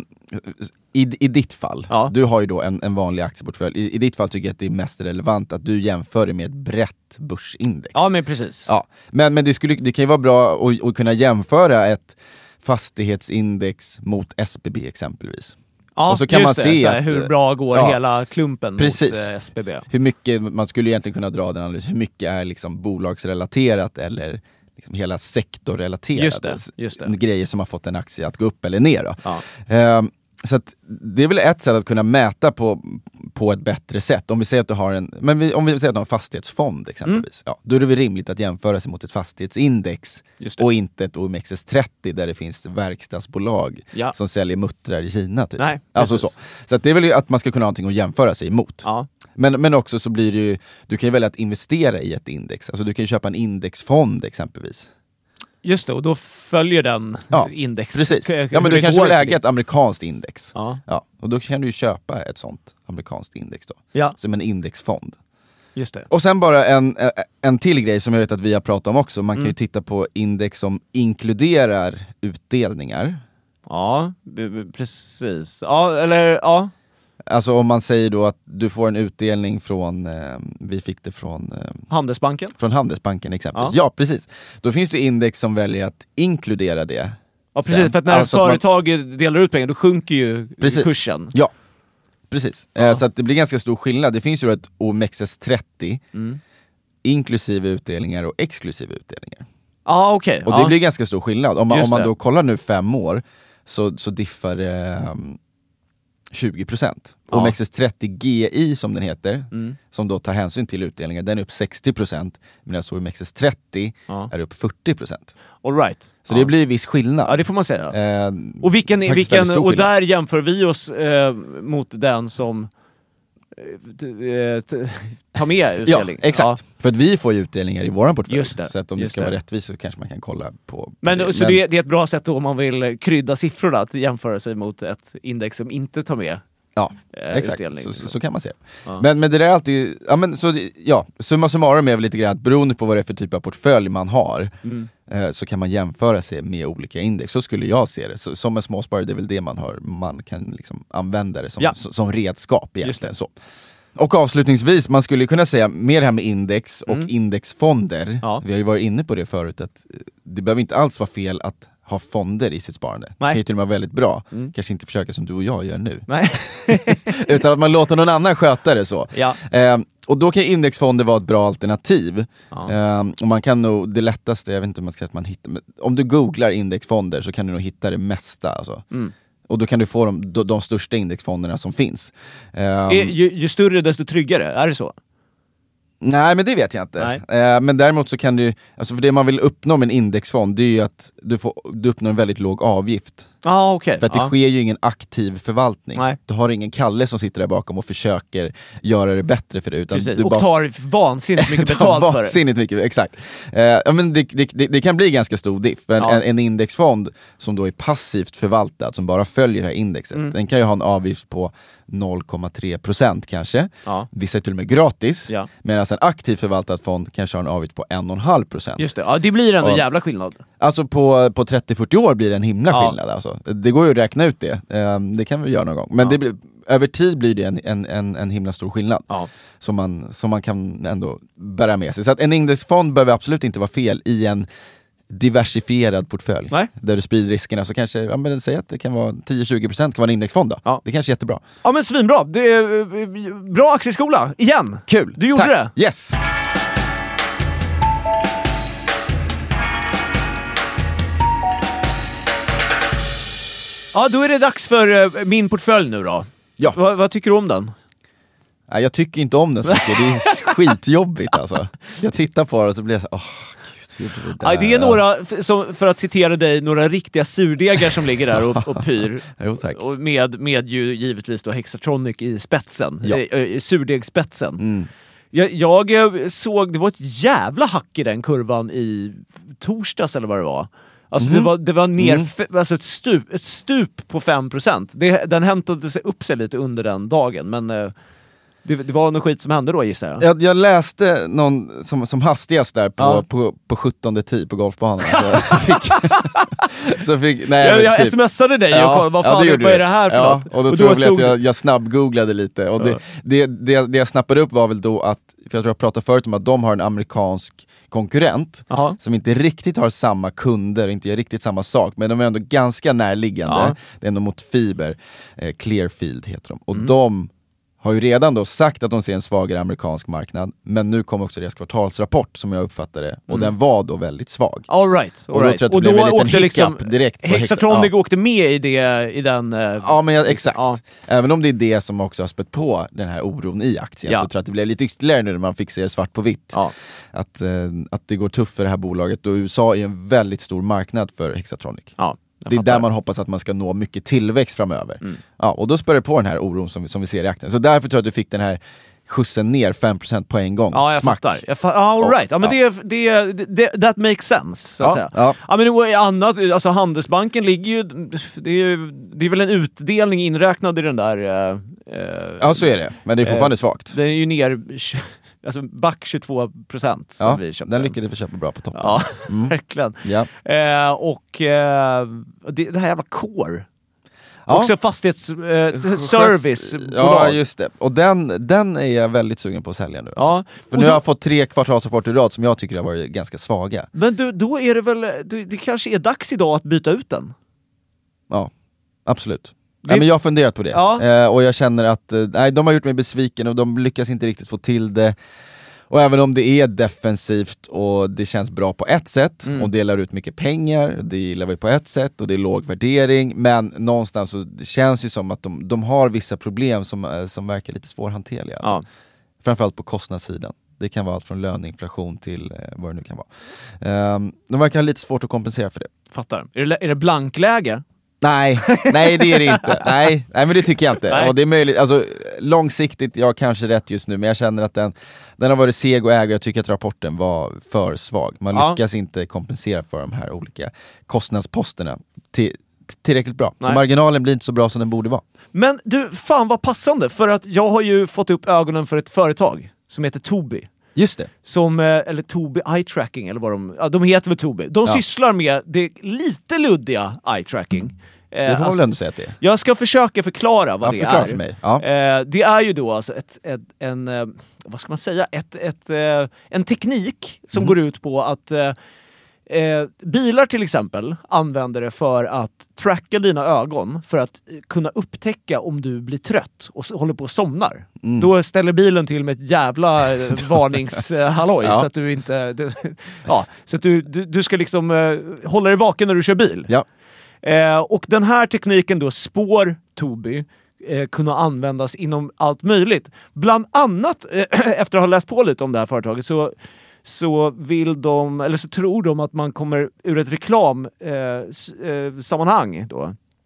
Speaker 4: i, i ditt fall,
Speaker 3: Ja.
Speaker 4: du har ju då en, en vanlig aktieportfölj. I, I ditt fall tycker jag att det är mest relevant att du jämför det med ett brett börsindex.
Speaker 3: Ja, men precis.
Speaker 4: Ja, men, men det, skulle, det kan ju vara bra att, att kunna jämföra ett fastighetsindex mot S B B exempelvis.
Speaker 3: Ja,
Speaker 4: och så kan
Speaker 3: just
Speaker 4: man
Speaker 3: det,
Speaker 4: se
Speaker 3: så här,
Speaker 4: att,
Speaker 3: hur bra går
Speaker 4: ja,
Speaker 3: hela klumpen
Speaker 4: precis.
Speaker 3: mot eh, S B B.
Speaker 4: Hur mycket, man skulle egentligen kunna dra den analysen, hur mycket är liksom bolagsrelaterat eller liksom hela sektorrelaterade
Speaker 3: Just det, just det.
Speaker 4: grejer som har fått en aktie att gå upp eller ner. Då.
Speaker 3: Ja.
Speaker 4: Ehm, så att det är väl ett sätt att kunna mäta på, på ett bättre sätt. Om vi säger att du har en, men vi, om vi säger att du har en fastighetsfond exempelvis, ja, då är det väl rimligt att jämföra sig mot ett fastighetsindex
Speaker 3: Just det.
Speaker 4: och inte ett O M X S trettio där det finns verkstadsbolag
Speaker 3: Ja.
Speaker 4: som säljer muttrar i Kina. Typ.
Speaker 3: Nej,
Speaker 4: alltså så.
Speaker 3: precis.
Speaker 4: Så att det är väl att man ska kunna ha någonting att jämföra sig emot.
Speaker 3: Ja.
Speaker 4: Men, men också så blir det ju, du kan ju välja att investera i ett index. Alltså du kan ju köpa en indexfond exempelvis.
Speaker 3: Just det, och då följer den
Speaker 4: Ja,
Speaker 3: index.
Speaker 4: Precis.
Speaker 3: Hur
Speaker 4: Ja, men
Speaker 3: det
Speaker 4: du kanske
Speaker 3: går
Speaker 4: vill
Speaker 3: för
Speaker 4: äga
Speaker 3: det.
Speaker 4: ett amerikanskt index.
Speaker 3: Ja.
Speaker 4: Ja, och då kan du ju köpa ett sånt amerikanskt index då.
Speaker 3: Ja,
Speaker 4: Som en indexfond.
Speaker 3: just det.
Speaker 4: Och sen bara en, en till grej som jag vet att vi har pratat om också. Man kan
Speaker 3: Mm.
Speaker 4: ju titta på index som inkluderar utdelningar.
Speaker 3: Ja, b- b- precis. Ja, eller ja.
Speaker 4: Alltså om man säger då att du får en utdelning från, eh, vi fick det från, eh,
Speaker 3: Handelsbanken.
Speaker 4: från Handelsbanken exempelvis.
Speaker 3: Ja.
Speaker 4: Ja. precis. Då finns det index som väljer att inkludera det.
Speaker 3: Ja, precis.
Speaker 4: Sen.
Speaker 3: För att när
Speaker 4: Alltså att man-
Speaker 3: företag delar ut pengar, då sjunker ju
Speaker 4: Precis.
Speaker 3: kursen.
Speaker 4: Ja, precis.
Speaker 3: Ja.
Speaker 4: Eh, så att det blir ganska stor skillnad. Det finns ju då ett O M X S trettio,
Speaker 3: Mm.
Speaker 4: inklusive utdelningar och exklusive utdelningar.
Speaker 3: Ja, okej.
Speaker 4: Och
Speaker 3: ja.
Speaker 4: det blir ganska stor skillnad. Om man,
Speaker 3: Just
Speaker 4: om man
Speaker 3: det.
Speaker 4: då kollar nu fem år så, så diffar det um, tjugo procent.
Speaker 3: Ja.
Speaker 4: O M X S trettio G I som den heter,
Speaker 3: Mm.
Speaker 4: som då tar hänsyn till utdelningar, den är upp sextio procent, medan O M X S trettio
Speaker 3: Ja.
Speaker 4: är upp fyrtio procent.
Speaker 3: All right.
Speaker 4: Så
Speaker 3: ja.
Speaker 4: det blir viss skillnad.
Speaker 3: Ja, det får man säga.
Speaker 4: Eh,
Speaker 3: Och vilken,
Speaker 4: faktiskt
Speaker 3: vilken
Speaker 4: väldigt stor
Speaker 3: och
Speaker 4: skillnad.
Speaker 3: där jämför vi oss eh, mot den som eh, t- eh, t- tar med
Speaker 4: Ja,
Speaker 3: utdelning.
Speaker 4: exakt. För att vi får ju utdelningar i våran portfölj.
Speaker 3: Just det,
Speaker 4: Så att om det
Speaker 3: just
Speaker 4: ska
Speaker 3: det.
Speaker 4: vara rättvist så kanske man kan kolla på, på
Speaker 3: Men,
Speaker 4: det.
Speaker 3: så det, det är ett bra sätt då om man vill krydda siffrorna att jämföra sig mot ett index som inte tar med
Speaker 4: Ja,
Speaker 3: eh,
Speaker 4: exakt.
Speaker 3: utdelning.
Speaker 4: Så, så,
Speaker 3: liksom.
Speaker 4: så kan man se det.
Speaker 3: Ja.
Speaker 4: Men, men det där är alltid, ja men så, det- ja, summa summarum är väl lite grann att beroende på vad det är för typ av portfölj man har,
Speaker 3: Mm.
Speaker 4: eh, så kan man jämföra sig med olika index. Så skulle jag se det. Så, som en småsparare, det är väl det man har, man kan liksom använda det som,
Speaker 3: Ja.
Speaker 4: som, som redskap
Speaker 3: Just
Speaker 4: egentligen. Så. Och avslutningsvis, man skulle kunna säga mer här med index och
Speaker 3: Mm.
Speaker 4: indexfonder.
Speaker 3: Ja.
Speaker 4: Vi har ju varit inne på det förut, att eh, det behöver inte alls vara fel att ha fonder i sitt sparande. Det
Speaker 3: Nej.
Speaker 4: kan ju till och med vara väldigt bra.
Speaker 3: Mm.
Speaker 4: Kanske inte försöka som du och jag gör nu.
Speaker 3: Nej.
Speaker 4: Utan att man låter någon annan sköta det så.
Speaker 3: Ja.
Speaker 4: Eh, och då kan indexfonder vara ett bra alternativ.
Speaker 3: Ja.
Speaker 4: Eh, och man kan nog, det lättaste, jag vet inte om man ska säga att man hittar, men om du googlar indexfonder så kan du nog hitta det mesta. Alltså.
Speaker 3: Mm.
Speaker 4: Och då kan du få de, de, de största indexfonderna som finns. Eh,
Speaker 3: Är, ju, ju större desto tryggare, är det så?
Speaker 4: Nej, men det vet jag inte. Eh, men däremot så kan du, alltså för det man vill uppnå med en indexfond, det är ju att du, får, du uppnår en väldigt låg avgift
Speaker 3: Ah, okay.
Speaker 4: För att det
Speaker 3: ah.
Speaker 4: sker ju ingen aktiv förvaltning.
Speaker 3: Nej.
Speaker 4: Du har ingen Kalle som sitter där bakom och försöker göra det bättre för det. Utan du
Speaker 3: och
Speaker 4: bara...
Speaker 3: tar vansinnigt mycket betalt för det.
Speaker 4: Vansinnigt mycket, exakt. Eh, ja, men det, det, det, det kan bli ganska stor diff. En,
Speaker 3: Ja.
Speaker 4: en, en indexfond som då är passivt förvaltad, som bara följer det här indexet,
Speaker 3: Mm.
Speaker 4: den kan ju ha en avgift på noll komma tre procent kanske.
Speaker 3: Ja.
Speaker 4: Vissa är till och med gratis.
Speaker 3: Ja.
Speaker 4: Medan en aktivt förvaltad fond kanske har en avgift på en komma fem procent.
Speaker 3: Just det, ja, det blir ändå en
Speaker 4: Ja.
Speaker 3: jävla skillnad.
Speaker 4: Alltså på, på trettio till fyrtio år blir det en himla
Speaker 3: Ja.
Speaker 4: skillnad. Alltså. Det går ju att räkna ut det. Um, det kan vi göra någon gång. Men
Speaker 3: Ja.
Speaker 4: det blir, över tid blir det en, en, en, en himla stor skillnad.
Speaker 3: Ja.
Speaker 4: Som, man, som man kan ändå bära med sig. Så att en indexfond behöver absolut inte vara fel i en diversifierad portfölj.
Speaker 3: Nej.
Speaker 4: Där du sprider riskerna. Så kanske, ja, men säg att det kan vara tio till tjugo procent kan vara en indexfond då.
Speaker 3: Ja.
Speaker 4: Det kanske är jättebra.
Speaker 3: Ja men svinbra, det är eh, bra aktieskola, igen!
Speaker 4: Kul!
Speaker 3: Du gjorde
Speaker 4: Tack.
Speaker 3: det!
Speaker 4: Yes!
Speaker 3: Ja, då är det dags för eh, min portfölj nu då.
Speaker 4: Ja.
Speaker 3: Va, vad tycker du om den?
Speaker 4: Nej, jag tycker inte om den så mycket. Det är skitjobbigt alltså. Jag tittar på det och så blir jag så åh gud, det,
Speaker 3: Ja, det är några, f- som, för att citera dig, några riktiga surdegar som ligger där och, och pyr.
Speaker 4: Jo, tack.
Speaker 3: Och med, med ju givetvis då Hexatronic i spetsen,
Speaker 4: Ja.
Speaker 3: i, i surdegsspetsen.
Speaker 4: Mm.
Speaker 3: Jag, jag eh, såg, det var ett jävla hack i den kurvan i torsdags eller vad det var. Alltså
Speaker 4: Mm.
Speaker 3: det var, det var ner,
Speaker 4: Mm.
Speaker 3: f- alltså ett, stup, ett stup på fem procent. Det, den hämtade sig upp sig lite under den dagen, men eh, det, det var något skit som hände då, gissar jag.
Speaker 4: Jag, jag läste någon som, som hastigast där på,
Speaker 3: Ja.
Speaker 4: på, på sjuttonde tee på golfbanan. Så jag fick, så fick, nej,
Speaker 3: Jag,
Speaker 4: men
Speaker 3: jag
Speaker 4: typ-
Speaker 3: smsade dig och
Speaker 4: Ja,
Speaker 3: kollade, vad
Speaker 4: ja,
Speaker 3: fan
Speaker 4: det
Speaker 3: är,
Speaker 4: gjorde
Speaker 3: vad är
Speaker 4: du.
Speaker 3: det här för
Speaker 4: ja,
Speaker 3: något?
Speaker 4: Och då
Speaker 3: Och
Speaker 4: tror jag väl
Speaker 3: stod
Speaker 4: att jag, jag snabbgooglade lite. Och det,
Speaker 3: Ja.
Speaker 4: det, det, det, det jag snappade upp var väl då att, för jag tror jag pratade förut om att de har en amerikansk konkurrent
Speaker 3: Jaha.
Speaker 4: som inte riktigt har samma kunder, inte gör riktigt samma sak, men de är ändå ganska närliggande.
Speaker 3: Ja.
Speaker 4: Det är ändå mot fiber, eh, Clearfield heter de. Och
Speaker 3: Mm.
Speaker 4: de har ju redan då sagt att de ser en svagare amerikansk marknad, men nu kom också deras kvartalsrapport som jag uppfattade det, och
Speaker 3: Mm.
Speaker 4: den var då väldigt svag.
Speaker 3: All right, all
Speaker 4: Och då
Speaker 3: right.
Speaker 4: tror jag att det blev en liten hiccup direkt på
Speaker 3: Hexatronic
Speaker 4: Hexa-
Speaker 3: åkte med i, det, i den... eh,
Speaker 4: Ja men jag, exakt,
Speaker 3: Ja.
Speaker 4: även om det är det som också har spett på den här oron i aktien,
Speaker 3: Ja.
Speaker 4: så tror jag att det blev lite ytterligare nu när man fick se det svart på vitt.
Speaker 3: Ja.
Speaker 4: Att, eh, att det går tufft för det här bolaget, och U S A är en väldigt stor marknad för Hexatronic.
Speaker 3: Ja, jag
Speaker 4: Det är
Speaker 3: fattar.
Speaker 4: där man hoppas att man ska nå mycket tillväxt framöver.
Speaker 3: Mm.
Speaker 4: Ja, och då spär det på den här oron som vi, som vi ser i aktien. Så därför tror jag att du fick den här skjutsen ner fem procent på en gång.
Speaker 3: Ja, jag
Speaker 4: Smack.
Speaker 3: fattar. Jag fa- ja, all right. Ja, men
Speaker 4: Ja.
Speaker 3: Det, det, det, that makes sense, så att
Speaker 4: Ja,
Speaker 3: säga.
Speaker 4: ja.
Speaker 3: Ja, men och annat, alltså Handelsbanken ligger ju... Det är, ju, det är väl en utdelning inräknad i den där... Eh, eh,
Speaker 4: Ja, så är det. Men det är fortfarande
Speaker 3: Eh,
Speaker 4: svagt.
Speaker 3: Den är ju ner... Alltså back tjugotvå procent som
Speaker 4: Ja,
Speaker 3: vi köpte.
Speaker 4: den lyckades vi köpa bra på toppen.
Speaker 3: Ja,
Speaker 4: Mm.
Speaker 3: verkligen.
Speaker 4: Ja.
Speaker 3: Eh, och eh, det, det här jävla Core.
Speaker 4: Ja.
Speaker 3: Också fastighetsservice. Eh,
Speaker 4: Ja, just det. Och den, den är jag väldigt sugen på att sälja nu. Alltså.
Speaker 3: Ja,
Speaker 4: För
Speaker 3: och
Speaker 4: nu
Speaker 3: då-
Speaker 4: har jag fått tre kvartalsrapporter i rad som jag tycker har varit ganska svaga.
Speaker 3: Men du, då är det väl... Det, det kanske är dags idag att byta ut den.
Speaker 4: Ja, absolut.
Speaker 3: Det-
Speaker 4: Nej, men jag har funderat på det.
Speaker 3: Ja.
Speaker 4: Eh, och jag känner att eh, nej, de har gjort mig besviken och de lyckas inte riktigt få till det. Och även om det är defensivt och det känns bra på ett sätt,
Speaker 3: Mm.
Speaker 4: och delar ut mycket pengar, det gillar vi på ett sätt, och det är låg värdering, men någonstans så det känns ju som att de, de har vissa problem som, eh, som verkar lite svårhanterliga.
Speaker 3: Ja.
Speaker 4: Framförallt på kostnadssidan. Det kan vara allt från löneinflation till eh, vad det nu kan vara. Ehm, de verkar ha lite svårt att kompensera för det.
Speaker 3: Fattar. Är det, är det blankläge?
Speaker 4: Nej, nej det är det inte. Nej, nej men det tycker jag inte.
Speaker 3: Nej.
Speaker 4: Och det är möjligt, alltså, långsiktigt, jag har kanske rätt just nu, men jag känner att den, den har varit seg att äga. Jag tycker att rapporten var för svag. Man
Speaker 3: Ja.
Speaker 4: lyckas inte kompensera för de här olika kostnadsposterna till, tillräckligt bra.
Speaker 3: Nej.
Speaker 4: Så marginalen blir inte så bra som den borde vara.
Speaker 3: Men du, fan vad passande, för att jag har ju fått upp ögonen för ett företag som heter Tobii.
Speaker 4: Just det.
Speaker 3: Som, eh, eller Tobii Eye Tracking, eller vad de... Ja, de heter väl Tobii. De
Speaker 4: Ja.
Speaker 3: sysslar med det lite luddiga eye tracking. Eh,
Speaker 4: Det får man
Speaker 3: alltså,
Speaker 4: väl ändå säga att det är.
Speaker 3: jag ska försöka förklara vad
Speaker 4: Ja,
Speaker 3: det
Speaker 4: förklara
Speaker 3: är.
Speaker 4: för mig. Ja.
Speaker 3: Eh, det är ju då alltså ett, ett, en, eh, vad ska man säga, ett, ett, eh, en teknik som
Speaker 4: Mhm.
Speaker 3: går ut på att eh, eh, bilar till exempel använder det för att tracka dina ögon för att eh, kunna upptäcka om du blir trött och s- håller på och somnar.
Speaker 4: Mm.
Speaker 3: Då ställer bilen till med ett jävla eh, varningshalloj
Speaker 4: Ja.
Speaker 3: så att du inte... Du, ja, så att du, du, du ska liksom eh, hålla dig vaken när du kör bil.
Speaker 4: Ja.
Speaker 3: Eh, och den här tekniken då spår Tobii eh, kunna användas inom allt möjligt. Bland annat, eh, efter att ha läst på lite om det här företaget, så, så vill de, eller så tror de att man kommer ur ett reklam eh, s- eh, sammanhang då,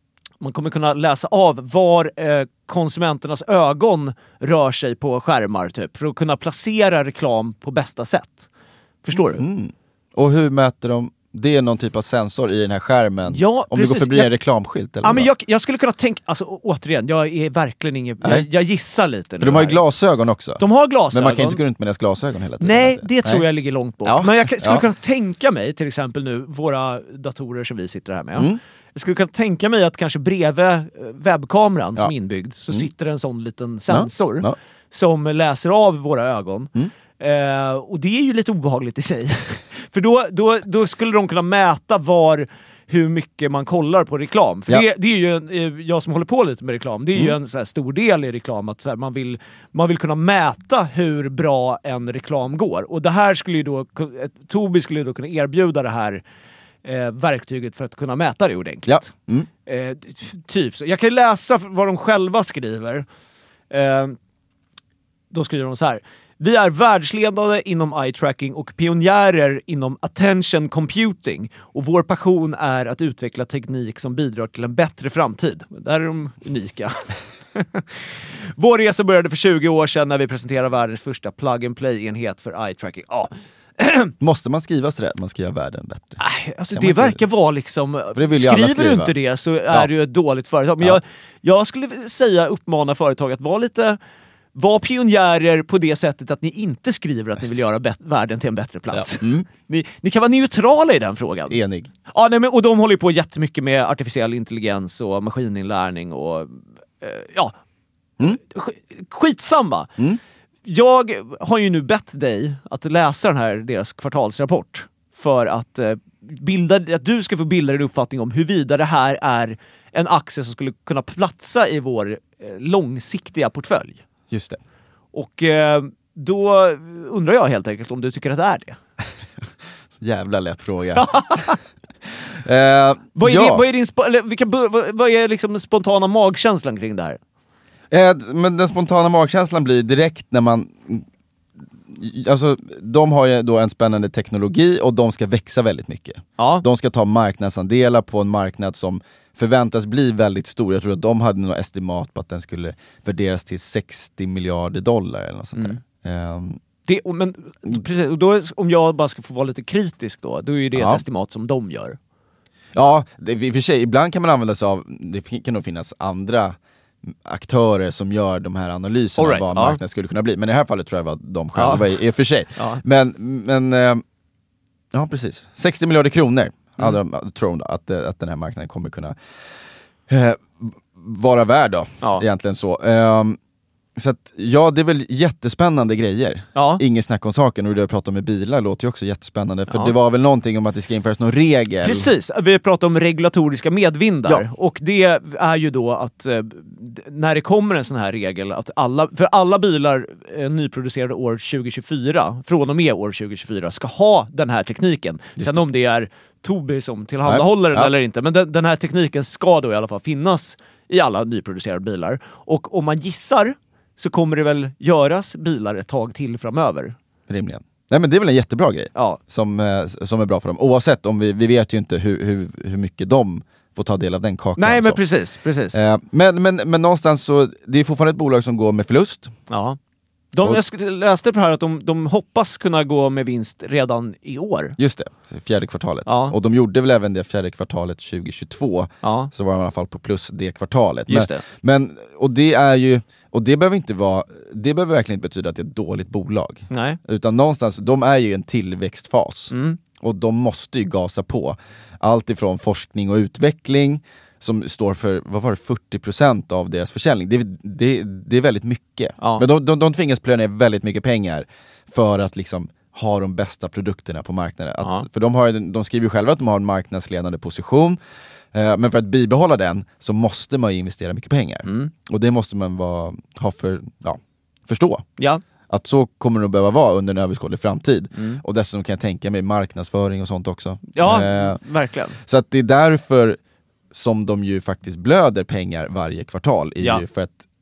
Speaker 3: man kommer kunna läsa av var eh, konsumenternas ögon rör sig på skärmar typ, för att kunna placera reklam på bästa sätt. Förstår du?
Speaker 4: Mm. Och hur mäter de? Det är någon typ av sensor i den här skärmen.
Speaker 3: Ja,
Speaker 4: om
Speaker 3: precis.
Speaker 4: det går förbi
Speaker 3: jag,
Speaker 4: en reklamskylt eller
Speaker 3: ja, men
Speaker 4: vad?
Speaker 3: jag, jag skulle kunna tänka, alltså återigen, jag är verkligen ingen, jag, jag gissar lite.
Speaker 4: För de har ju
Speaker 3: här.
Speaker 4: glasögon också.
Speaker 3: De har glasögon.
Speaker 4: Men man kan inte gå runt med deras glasögon hela tiden.
Speaker 3: Nej, det tror Nej. jag ligger långt bort.
Speaker 4: Ja.
Speaker 3: Men jag skulle
Speaker 4: ja.
Speaker 3: kunna tänka mig, till exempel nu, våra datorer som vi sitter här med.
Speaker 4: Mm.
Speaker 3: Jag skulle kunna tänka mig att kanske bredvid webbkameran ja. som är inbyggd så mm. sitter en sån liten sensor no. No. som läser av våra ögon. Mm. Eh, och det är ju lite obehagligt i sig. För då, då, då skulle de kunna mäta var, hur mycket man kollar på reklam. För ja. det, det är ju, jag som håller på lite med reklam, det är mm. ju en så här stor del i reklam att så här, man, vill, man vill kunna mäta hur bra en reklam går. Och det här skulle ju då, Tobii skulle ju då kunna erbjuda det här eh, verktyget för att kunna mäta det ordentligt.
Speaker 4: Ja. Mm.
Speaker 3: Eh, typ så. Jag kan läsa vad de själva skriver. Eh, då skriver de så här: vi är världsledande inom eye-tracking och pionjärer inom attention computing. Och vår passion är att utveckla teknik som bidrar till en bättre framtid. Där är de unika. Vår resa började för tjugo år sedan när vi presenterade världens första plug-and-play-enhet för eye-tracking. Ja.
Speaker 4: Måste man skriva så rätt? Man ska göra världen bättre.
Speaker 3: Nej, alltså det verkar vara liksom... Skriver du inte det så är ja. du ett dåligt företag. Men ja. jag, jag skulle säga uppmana företag att vara lite... Var pionjärer på det sättet att ni inte skriver att ni vill göra bet- världen till en bättre plats. Ja. Mm. Ni, ni kan vara neutrala i den frågan.
Speaker 4: Enig.
Speaker 3: Ja, nej, men, och de håller på jättemycket med artificiell intelligens och maskininlärning och... Eh, ja, mm. Sk- skitsamma. Mm. Jag har ju nu bett dig att läsa den här, deras kvartalsrapport. För att, eh, bilda, att du ska få bilda din uppfattning om huruvida det här är en aktie som skulle kunna platsa i vår eh, långsiktiga portfölj.
Speaker 4: Just det.
Speaker 3: Och eh, då undrar jag helt enkelt om du tycker att det är det.
Speaker 4: Jävla lätt fråga.
Speaker 3: eh, vad, är
Speaker 4: ja.
Speaker 3: din, vad är din sp- eller, vilka, vad, vad är liksom den spontana magkänslan kring det här?
Speaker 4: Eh, men den spontana magkänslan blir direkt när man... Alltså, de har ju då en spännande teknologi och de ska växa väldigt mycket. Ja. De ska ta marknadsandelar på en marknad som förväntas bli väldigt stor. Jag tror att de hade något estimat på att den skulle värderas till sextio miljarder dollar eller något sånt där. Mm. Um,
Speaker 3: det, men precis, och då, om jag bara ska få vara lite kritisk då, då är ju det ja. ett estimat som de gör.
Speaker 4: Ja, det, i och för sig, ibland kan man använda sig av, det kan nog finnas andra aktörer som gör de här analyserna right, av vad marknaden ja. skulle kunna bli. Men i det här fallet tror jag var de själva ja. i, i och för sig. Ja. Men, men äh, ja precis. sextio miljarder kronor mm. hade de, tror de att, att den här marknaden kommer kunna äh, vara värd då. Ja. Egentligen så. Ähm, Så att, ja, det är väl jättespännande grejer. Ja. Ingen snack om saken. Och det jag pratar med bilar låter ju också jättespännande. För ja. det var väl någonting om att det ska införas någon regel.
Speaker 3: Precis, vi pratar om regulatoriska medvindar. Ja. Och det är ju då att eh, när det kommer en sån här regel att alla, för alla bilar eh, nyproducerade år tjugo tjugofyra, från och med år tjugo tjugofyra, ska ha den här tekniken. Just Sen det. om det är Tobii som tillhandahåller den ja. eller inte. Men den, den här tekniken ska då i alla fall finnas i alla nyproducerade bilar. Och om man gissar så kommer det väl göras bilar ett tag till framöver.
Speaker 4: Rimligen. Nej, men det är väl en jättebra grej ja. som, eh, som är bra för dem. Oavsett om vi, vi vet ju inte hur, hur, hur mycket de får ta del av den kakan.
Speaker 3: Nej, men så. precis. precis.
Speaker 4: Eh, men, men, men någonstans så, det är fortfarande ett bolag som går med förlust.
Speaker 3: Ja. De, jag läste på det här att de, de hoppas kunna gå med vinst redan i år.
Speaker 4: Just det, fjärde kvartalet. Ja. Och de gjorde väl även det fjärde kvartalet tjugo tjugotvå. Ja. Så var de i alla fall på plus det kvartalet.
Speaker 3: Just
Speaker 4: men,
Speaker 3: det.
Speaker 4: men, och det är ju, och det behöver inte vara, det behöver verkligen inte betyda att det är ett dåligt bolag.
Speaker 3: Nej.
Speaker 4: Utan någonstans, de är ju i en tillväxtfas.
Speaker 3: Mm.
Speaker 4: Och de måste ju gasa på. Allt ifrån forskning och utveckling som står för, vad var det, fyrtio procent av deras försäljning. Det, det, det är väldigt mycket. Ja. Men de, de, de tvingas plöja ner väldigt mycket pengar för att liksom ha de bästa produkterna på marknaden. Att, ja. För de, har, de skriver ju själva att de har en marknadsledande position. Eh, men för att bibehålla den så måste man ju investera mycket pengar. Mm. Och det måste man vara, ha för, ja, förstå.
Speaker 3: Ja.
Speaker 4: Att så kommer det att behöva vara under en överskådlig framtid. Mm. Och dessutom kan jag tänka mig marknadsföring och sånt också.
Speaker 3: Ja, eh, verkligen.
Speaker 4: Så att det är därför som de ju faktiskt blöder pengar varje kvartal är ja. ju för att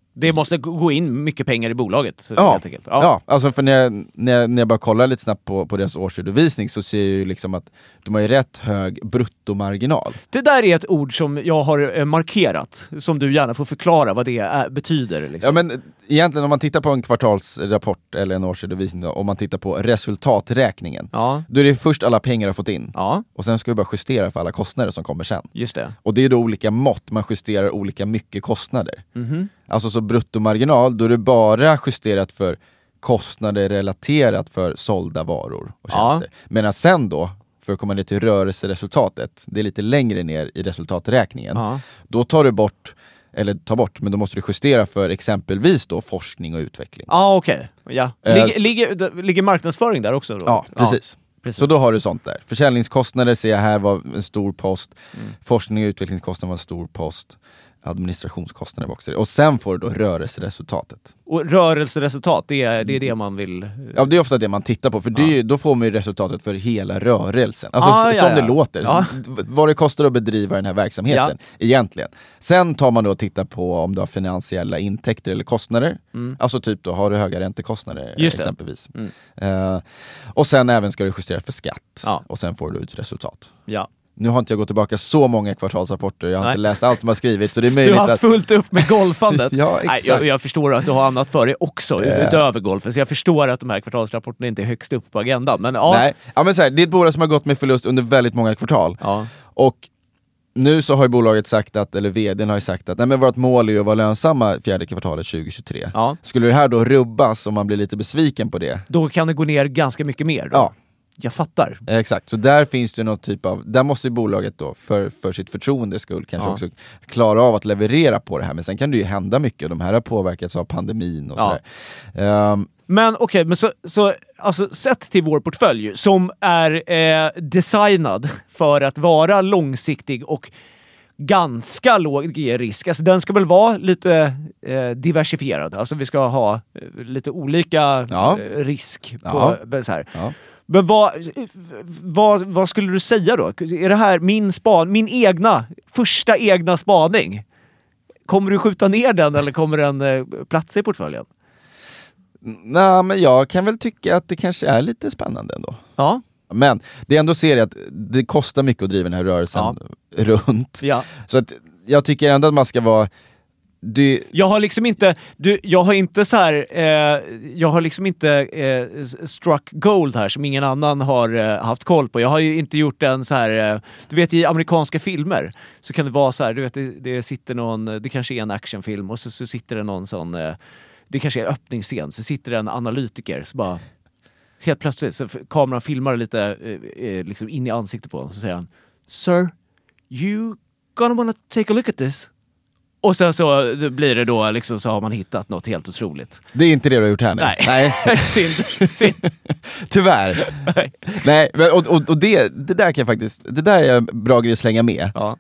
Speaker 3: Det måste gå in mycket pengar i bolaget.
Speaker 4: Ja,
Speaker 3: helt enkelt. Ja.
Speaker 4: ja, alltså för när jag, när, jag, när jag bara kollar lite snabbt på, på deras årsredovisning så ser jag ju liksom att de har ju rätt hög bruttomarginal.
Speaker 3: Det där är ett ord som jag har markerat, som du gärna får förklara vad det är, betyder. Liksom.
Speaker 4: Ja, men egentligen om man tittar på en kvartalsrapport eller en årsredovisning då, om man tittar på resultaträkningen,
Speaker 3: ja.
Speaker 4: då är det först alla pengar har fått in.
Speaker 3: Ja.
Speaker 4: Och sen ska vi bara justera för alla kostnader som kommer sen.
Speaker 3: Just det.
Speaker 4: Och det är då olika mått, man justerar olika mycket kostnader.
Speaker 3: Mm-hmm.
Speaker 4: Alltså så bruttomarginal, då är det bara justerat för kostnader relaterat för sålda varor och tjänster. Ja. Medan sen då, för att komma ner till rörelseresultatet, det är lite längre ner i resultaträkningen, ja. Då tar du bort, eller ta bort, men då måste du justera för exempelvis då forskning och utveckling.
Speaker 3: Ja, okej. Okay. Ja. Ligger, ligger, ligger marknadsföring där också? Då?
Speaker 4: Ja, precis. Ja. Precis. Så då har du sånt där. Försäljningskostnader ser jag här var en stor post. Mm. Forskning och utvecklingskostnader var en stor post. Administrationskostnader var också det. Och sen får du då rörelseresultatet. Och
Speaker 3: rörelseresultat, det är, det är det man vill...
Speaker 4: Ja, det är ofta det man tittar på. För ja. det, då får man ju resultatet för hela rörelsen. Alltså ah, som ja, ja. det låter. Ja. Vad det kostar att bedriva den här verksamheten ja. egentligen. Sen tar man då och tittar på om du har finansiella intäkter eller kostnader. Mm. Alltså typ då, har du höga räntekostnader exempelvis. Mm. Uh, och sen även ska du justera för skatt. Ja. Och sen får du ut resultat. Ja. Nu har inte jag gått tillbaka så många kvartalsrapporter. Jag har Nej. inte läst allt de har skrivit. Så det är möjligt
Speaker 3: du har
Speaker 4: att...
Speaker 3: fullt upp med golfandet.
Speaker 4: Ja, exakt.
Speaker 3: Nej, jag, jag förstår att du har annat för dig också, yeah. utöver golfen. Så jag förstår att de här kvartalsrapporterna inte är högst upp på agendan. Men, ja.
Speaker 4: Nej. Ja, men så här, det är ett bolag som har gått med förlust under väldigt många kvartal. Ja. Och nu så har ju bolaget sagt att, eller vdn har ju sagt att nej, men vårt mål är ju att vara lönsamma fjärde kvartalet tjugohundratjugotre. Ja. Skulle det här då rubbas om man blir lite besviken på det?
Speaker 3: Då kan det gå ner ganska mycket mer då.
Speaker 4: Ja.
Speaker 3: Jag fattar.
Speaker 4: Exakt, så där finns det något typ av, där måste bolaget då för, för sitt förtroendes skull kanske ja. också klara av att leverera på det här, men sen kan det ju hända mycket och de här har påverkats av pandemin och ja. sådär. Um,
Speaker 3: men okej, okay, men så, så alltså, sett till vår portfölj som är eh, designad för att vara långsiktig och ganska låg risk. Alltså den ska väl vara lite eh, diversifierad. Alltså vi ska ha eh, lite olika ja. eh, risk på ja. så här. Ja. Men vad, vad, vad skulle du säga då? Är det här min span, min egna, första egna spaning? Kommer du skjuta ner den eller kommer den eh, platsa i portföljen?
Speaker 4: Nej, men jag kan väl tycka att det kanske är lite spännande ändå. Ja. Men det är ändå ser jag att det kostar mycket att driva den här rörelsen ja. runt. Ja. Så att jag tycker ändå att man ska vara... Du...
Speaker 3: Jag har liksom inte du, jag har inte så här eh, jag har liksom inte eh, struck gold här som ingen annan har eh, haft koll på. Jag har ju inte gjort en så här eh, du vet i amerikanska filmer så kan det vara så här, du vet det, det sitter någon, det kanske är en actionfilm och så, så sitter det någon sån eh, det kanske är en öppningsscen, så sitter det en analytiker så bara helt plötsligt så kameran filmar lite eh, liksom in i ansiktet på honom, så säger han: "Sir, you gonna wanna take a look at this?" Och sen så blir det då liksom, så har man hittat något helt otroligt.
Speaker 4: Det är inte det du har gjort här nu.
Speaker 3: Nej, Nej. synd, synd.
Speaker 4: Tyvärr. Nej, Nej men, och, och, och det, det där kan jag faktiskt, det där är bra grej att slänga med. Ja.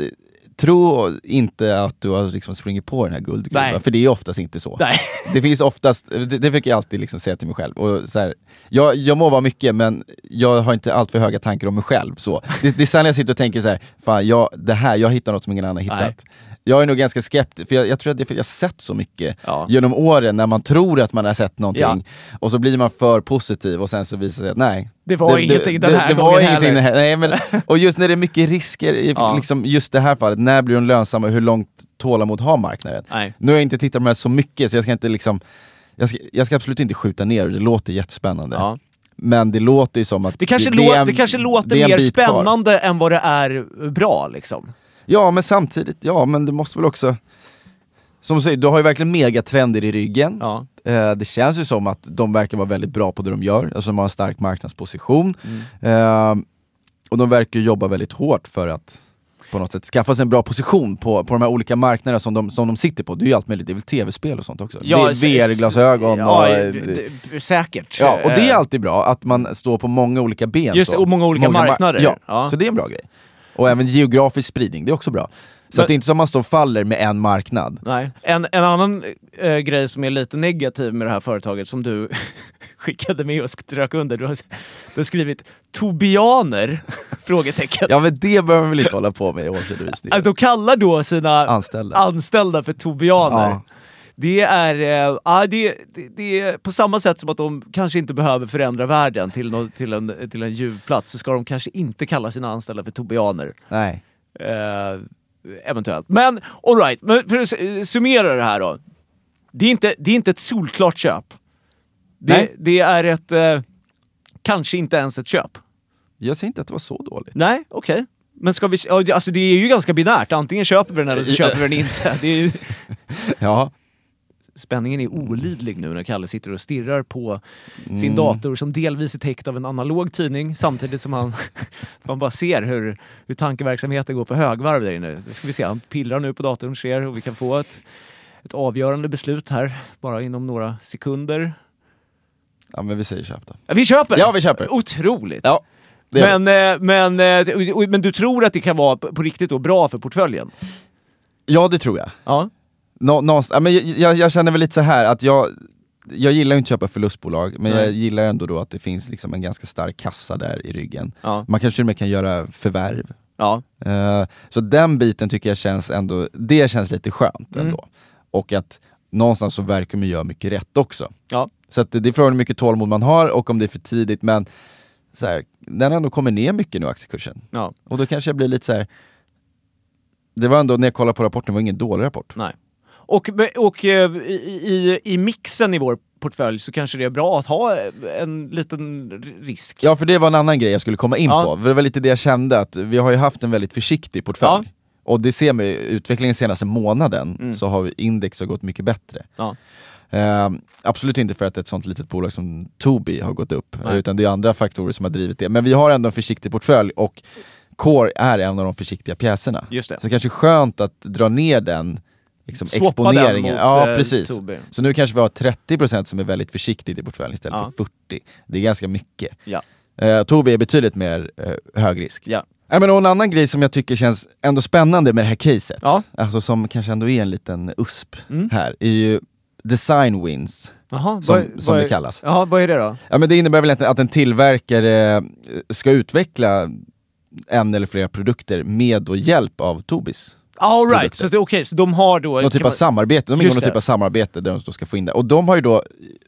Speaker 4: Tro inte att du har liksom sprungit på den här guldgruvan, för det är oftast inte så. Nej. Det finns oftast, det, det fick jag alltid liksom säga till mig själv. Och så här, jag, jag må vara mycket, men jag har inte allt för höga tankar om mig själv. Så. Det, det är sen jag sitter och tänker så här, fan, jag, det här, jag hittar något som ingen annan har hittat. Nej. Jag är nog ganska skeptisk, för jag, jag tror att det är för att jag har sett så mycket ja. genom åren när man tror att man har sett någonting ja. och så blir man för positiv och sen så visar det sig att nej.
Speaker 3: Det var det, ingenting den här
Speaker 4: det, det
Speaker 3: gången
Speaker 4: var ingenting den här, nej, men, och just när det är mycket risker i ja. liksom, just det här fallet, när blir de lönsamma och hur långt tålamod har marknaden? Nej. Nu har jag inte tittat på det här så mycket så jag ska inte liksom, jag ska, jag ska absolut inte skjuta ner, det låter jättespännande. Ja. Men det låter ju som att
Speaker 3: det kanske,
Speaker 4: det,
Speaker 3: lå-
Speaker 4: det en,
Speaker 3: det kanske låter det mer spännande kvar. Än vad det är bra liksom.
Speaker 4: Ja, men samtidigt, ja, men det måste väl också, som du säger, du har ju verkligen megatrender i ryggen. Ja. Eh, det känns ju som att de verkar vara väldigt bra på det de gör. Alltså de har en stark marknadsposition. Mm. Eh, och de verkar jobba väldigt hårt för att på något sätt skaffa sig en bra position på, på de här olika marknaderna som de, som de sitter på. Det är ju allt möjligt, det är väl tv-spel och sånt också.
Speaker 3: Ja,
Speaker 4: V R-glasögon.
Speaker 3: Ja,
Speaker 4: och,
Speaker 3: det, säkert.
Speaker 4: Ja, och det är alltid bra att man står på många olika ben.
Speaker 3: Just det, och många olika många marknader.
Speaker 4: Mar- ja, ja, så det är en bra grej. Och även geografisk spridning, det är också bra. Så men, att det är inte som man står och faller med en marknad.
Speaker 3: Nej. En, en annan äh, grej som är lite negativ med det här företaget som du skickade med och strök under. Du har, du har skrivit tobianer? Frågetecken.
Speaker 4: Ja, men det behöver man väl inte hålla på med i årsredovisningen.
Speaker 3: Att de kallar då sina
Speaker 4: anställda,
Speaker 3: anställda för tobianer. Ja. Det är, äh, ja, det, det, det är på samma sätt som att de kanske inte behöver förändra världen till, no, till, en, till en ljuvplats, så ska de kanske inte kalla sina anställda för tobianer.
Speaker 4: Nej.
Speaker 3: Uh, eventuellt. Men all right, men för att summera det här då. Det är inte, det är inte ett solklart köp. Det, det är ett uh, kanske inte ens ett köp.
Speaker 4: Jag säger inte att det var så dåligt.
Speaker 3: Nej, okej. Okay. Men ska vi, alltså det är ju ganska binärt. Antingen köper vi den eller så köper vi den inte. Det är ju...
Speaker 4: Ja.
Speaker 3: Spänningen är olidlig nu när Kalle sitter och stirrar på
Speaker 4: mm.
Speaker 3: sin dator som delvis är täckt av en analog tidning, samtidigt som han man bara ser hur, hur tankeverksamheten går på högvarv där inne. Nu ska vi se, han pillar nu på datorn, ser, och vi kan få ett, ett avgörande beslut här bara inom några sekunder.
Speaker 4: Ja, men vi säger köp då.
Speaker 3: Ja, vi köper!
Speaker 4: Ja, vi köper.
Speaker 3: Otroligt!
Speaker 4: Ja.
Speaker 3: Men, men, men du tror att det kan vara på riktigt då bra för portföljen?
Speaker 4: Ja, det tror jag.
Speaker 3: Ja.
Speaker 4: Nå, någonstans, men jag, jag känner väl lite så här att jag, jag gillar ju inte att köpa förlustbolag, men Nej. jag gillar ändå då att det finns liksom en ganska stark kassa där i ryggen. Ja. Man kanske till och med kan göra förvärv.
Speaker 3: Ja.
Speaker 4: Uh, så den biten tycker jag känns ändå, det känns lite skönt mm. ändå. Och att någonstans så verkar man göra mycket rätt också. Ja. Så att det, det är frågan hur mycket tålamod man har och om det är för tidigt, men så här, den ändå kommer ner mycket nu, aktiekursen. Ja. Och då kanske jag blir lite så här. Det var ändå, när jag kollade på rapporten, det var ingen dålig rapport.
Speaker 3: Nej. Och, och i, i mixen i vår portfölj så kanske det är bra att ha en liten risk.
Speaker 4: Ja, för det var en annan grej jag skulle komma in ja. på. Det var lite det jag kände, att vi har ju haft en väldigt försiktig portfölj. Ja. Och det ser man ju, utvecklingen senaste månaden mm. så har index har gått mycket bättre. Ja. Uh, absolut inte för att ett sånt litet bolag som Tobii har gått upp, Nej. utan det är andra faktorer som har drivit det. Men vi har ändå en försiktig portfölj och Core är en av de försiktiga pjäserna. Just det. Så det kanske är skönt att dra ner den liksom exponeringen.
Speaker 3: Mot,
Speaker 4: ja, precis.
Speaker 3: Tobii.
Speaker 4: Så nu kanske vi har trettio procent som är väldigt försiktigt i portföljen istället ja. för fyrtio. Det är ganska mycket. Ja. Uh, Tobii är betydligt mer uh, hög risk. Ja. Äh, men en annan grej som jag tycker känns ändå spännande med det här caset, ja. alltså som kanske ändå är en liten U S P mm. här, är ju design wins.
Speaker 3: Aha,
Speaker 4: som,
Speaker 3: vad,
Speaker 4: som
Speaker 3: vad
Speaker 4: det
Speaker 3: är,
Speaker 4: kallas.
Speaker 3: Jaha, vad är det då?
Speaker 4: Ja, men det innebär väl att en tillverkare ska utveckla en eller flera produkter med och hjälp av Tobiis.
Speaker 3: All right, så, det, okay, så de har då...
Speaker 4: Någon typ av samarbete, de har någon typ av samarbete där de ska få in det. Och de har ju då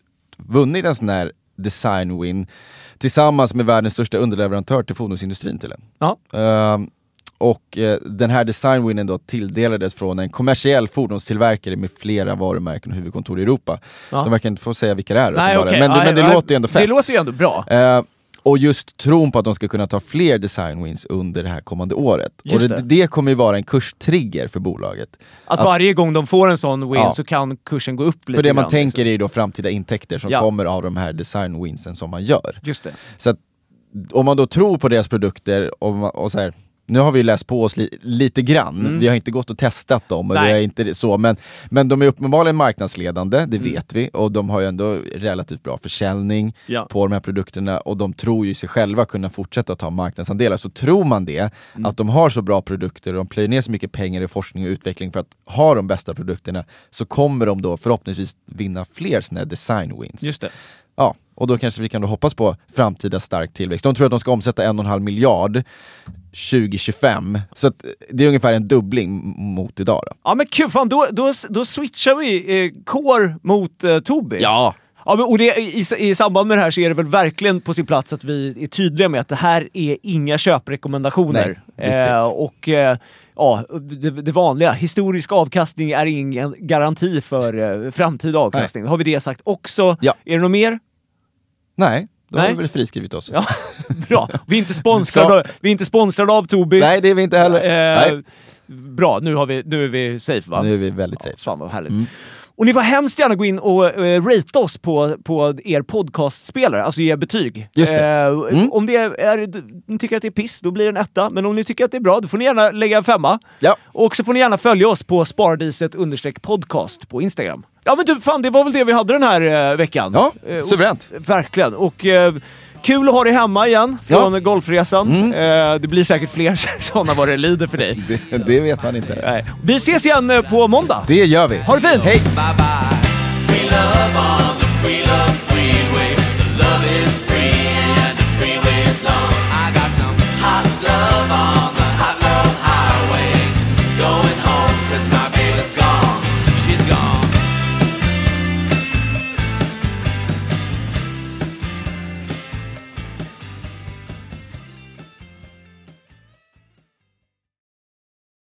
Speaker 4: vunnit en sån här design win tillsammans med världens största underleverantör till fordonsindustrin till den. Ja. Uh, och uh, den här designwinnen då tilldelades från en kommersiell fordonstillverkare med flera varumärken och huvudkontor i Europa. Ja. De verkar inte få säga vilka det är.
Speaker 3: Nej, okay.
Speaker 4: Men,
Speaker 3: Aj,
Speaker 4: men det
Speaker 3: aj,
Speaker 4: låter ju ändå fett.
Speaker 3: Det låter ju ändå bra.
Speaker 4: Uh, och just tron på att de ska kunna ta fler designwins under det här kommande året. Just och det, det. det kommer ju vara en kurstrigger för bolaget.
Speaker 3: Att, att varje gång de får en sån win ja. så kan kursen gå upp lite.
Speaker 4: För det man
Speaker 3: grann,
Speaker 4: tänker
Speaker 3: liksom.
Speaker 4: är då framtida intäkter som ja. kommer av de här designwinsen som man gör.
Speaker 3: Just det.
Speaker 4: Så att om man då tror på deras produkter och, man, och så här, nu har vi läst på oss li, lite grann. Mm. Vi har inte gått och testat dem och det är inte så, men, men de är uppenbarligen marknadsledande, det mm. vet vi, och de har ju ändå relativt bra försäljning ja. på de här produkterna och de tror ju sig själva kunna fortsätta att ta marknadsandelar. Så tror man det, mm. att de har så bra produkter och de plöjer ner så mycket pengar i forskning och utveckling för att ha de bästa produkterna, så kommer de då förhoppningsvis vinna fler såna här design wins.
Speaker 3: Just det.
Speaker 4: Ja, och då kanske vi kan då hoppas på framtida stark tillväxt. De tror att de ska omsätta en och en halv miljard tjugo tjugofem. Så att det är ungefär en dubbling mot idag då.
Speaker 3: Ja, men kul, fan, då, då, då switchar vi eh, Core mot eh, Tobii.
Speaker 4: Ja.
Speaker 3: Ja, men, och det, i, i samband med det här så är det väl verkligen på sin plats att vi är tydliga med att det här är inga köprekommendationer.
Speaker 4: Nej,
Speaker 3: eh, och eh, ja, det, det vanliga, historisk avkastning är ingen garanti för eh, framtida avkastning. Nej. Har vi det sagt också? Ja. Är det något mer?
Speaker 4: Nej, då
Speaker 3: Nej.
Speaker 4: har vi väl friskrivit oss.
Speaker 3: Ja, bra. Vi är inte sponsrade, vi är inte sponsrade av Tobii.
Speaker 4: Nej, det är vi inte heller.
Speaker 3: Eh,
Speaker 4: Nej.
Speaker 3: Bra, nu, har vi, nu är vi safe, va?
Speaker 4: Nu är vi väldigt safe.
Speaker 3: Ja, fan vad härligt. Mm. Och ni får hemskt gärna gå in och uh, rate oss på, på er podcastspelare, alltså ge betyg.
Speaker 4: Just det.
Speaker 3: Uh, mm. Om det är, ni tycker att det är piss, då blir det en etta. Men om ni tycker att det är bra, då får ni gärna lägga en femma.
Speaker 4: Ja.
Speaker 3: Och så får ni gärna följa oss på spardiset understreck podcast på Instagram. Ja, men du, fan, det var väl det vi hade den här uh, veckan.
Speaker 4: Ja, uh, suveränt.
Speaker 3: Och, verkligen. Och... Uh, kul att ha dig hemma igen från ja. golfresan. Mm. Eh, det blir säkert fler sådana vad det lider för dig.
Speaker 4: Det, det vet man inte.
Speaker 3: Nej. Vi ses igen på måndag.
Speaker 4: Det gör vi.
Speaker 3: Ha det fint.
Speaker 4: Hej.
Speaker 5: Bye bye.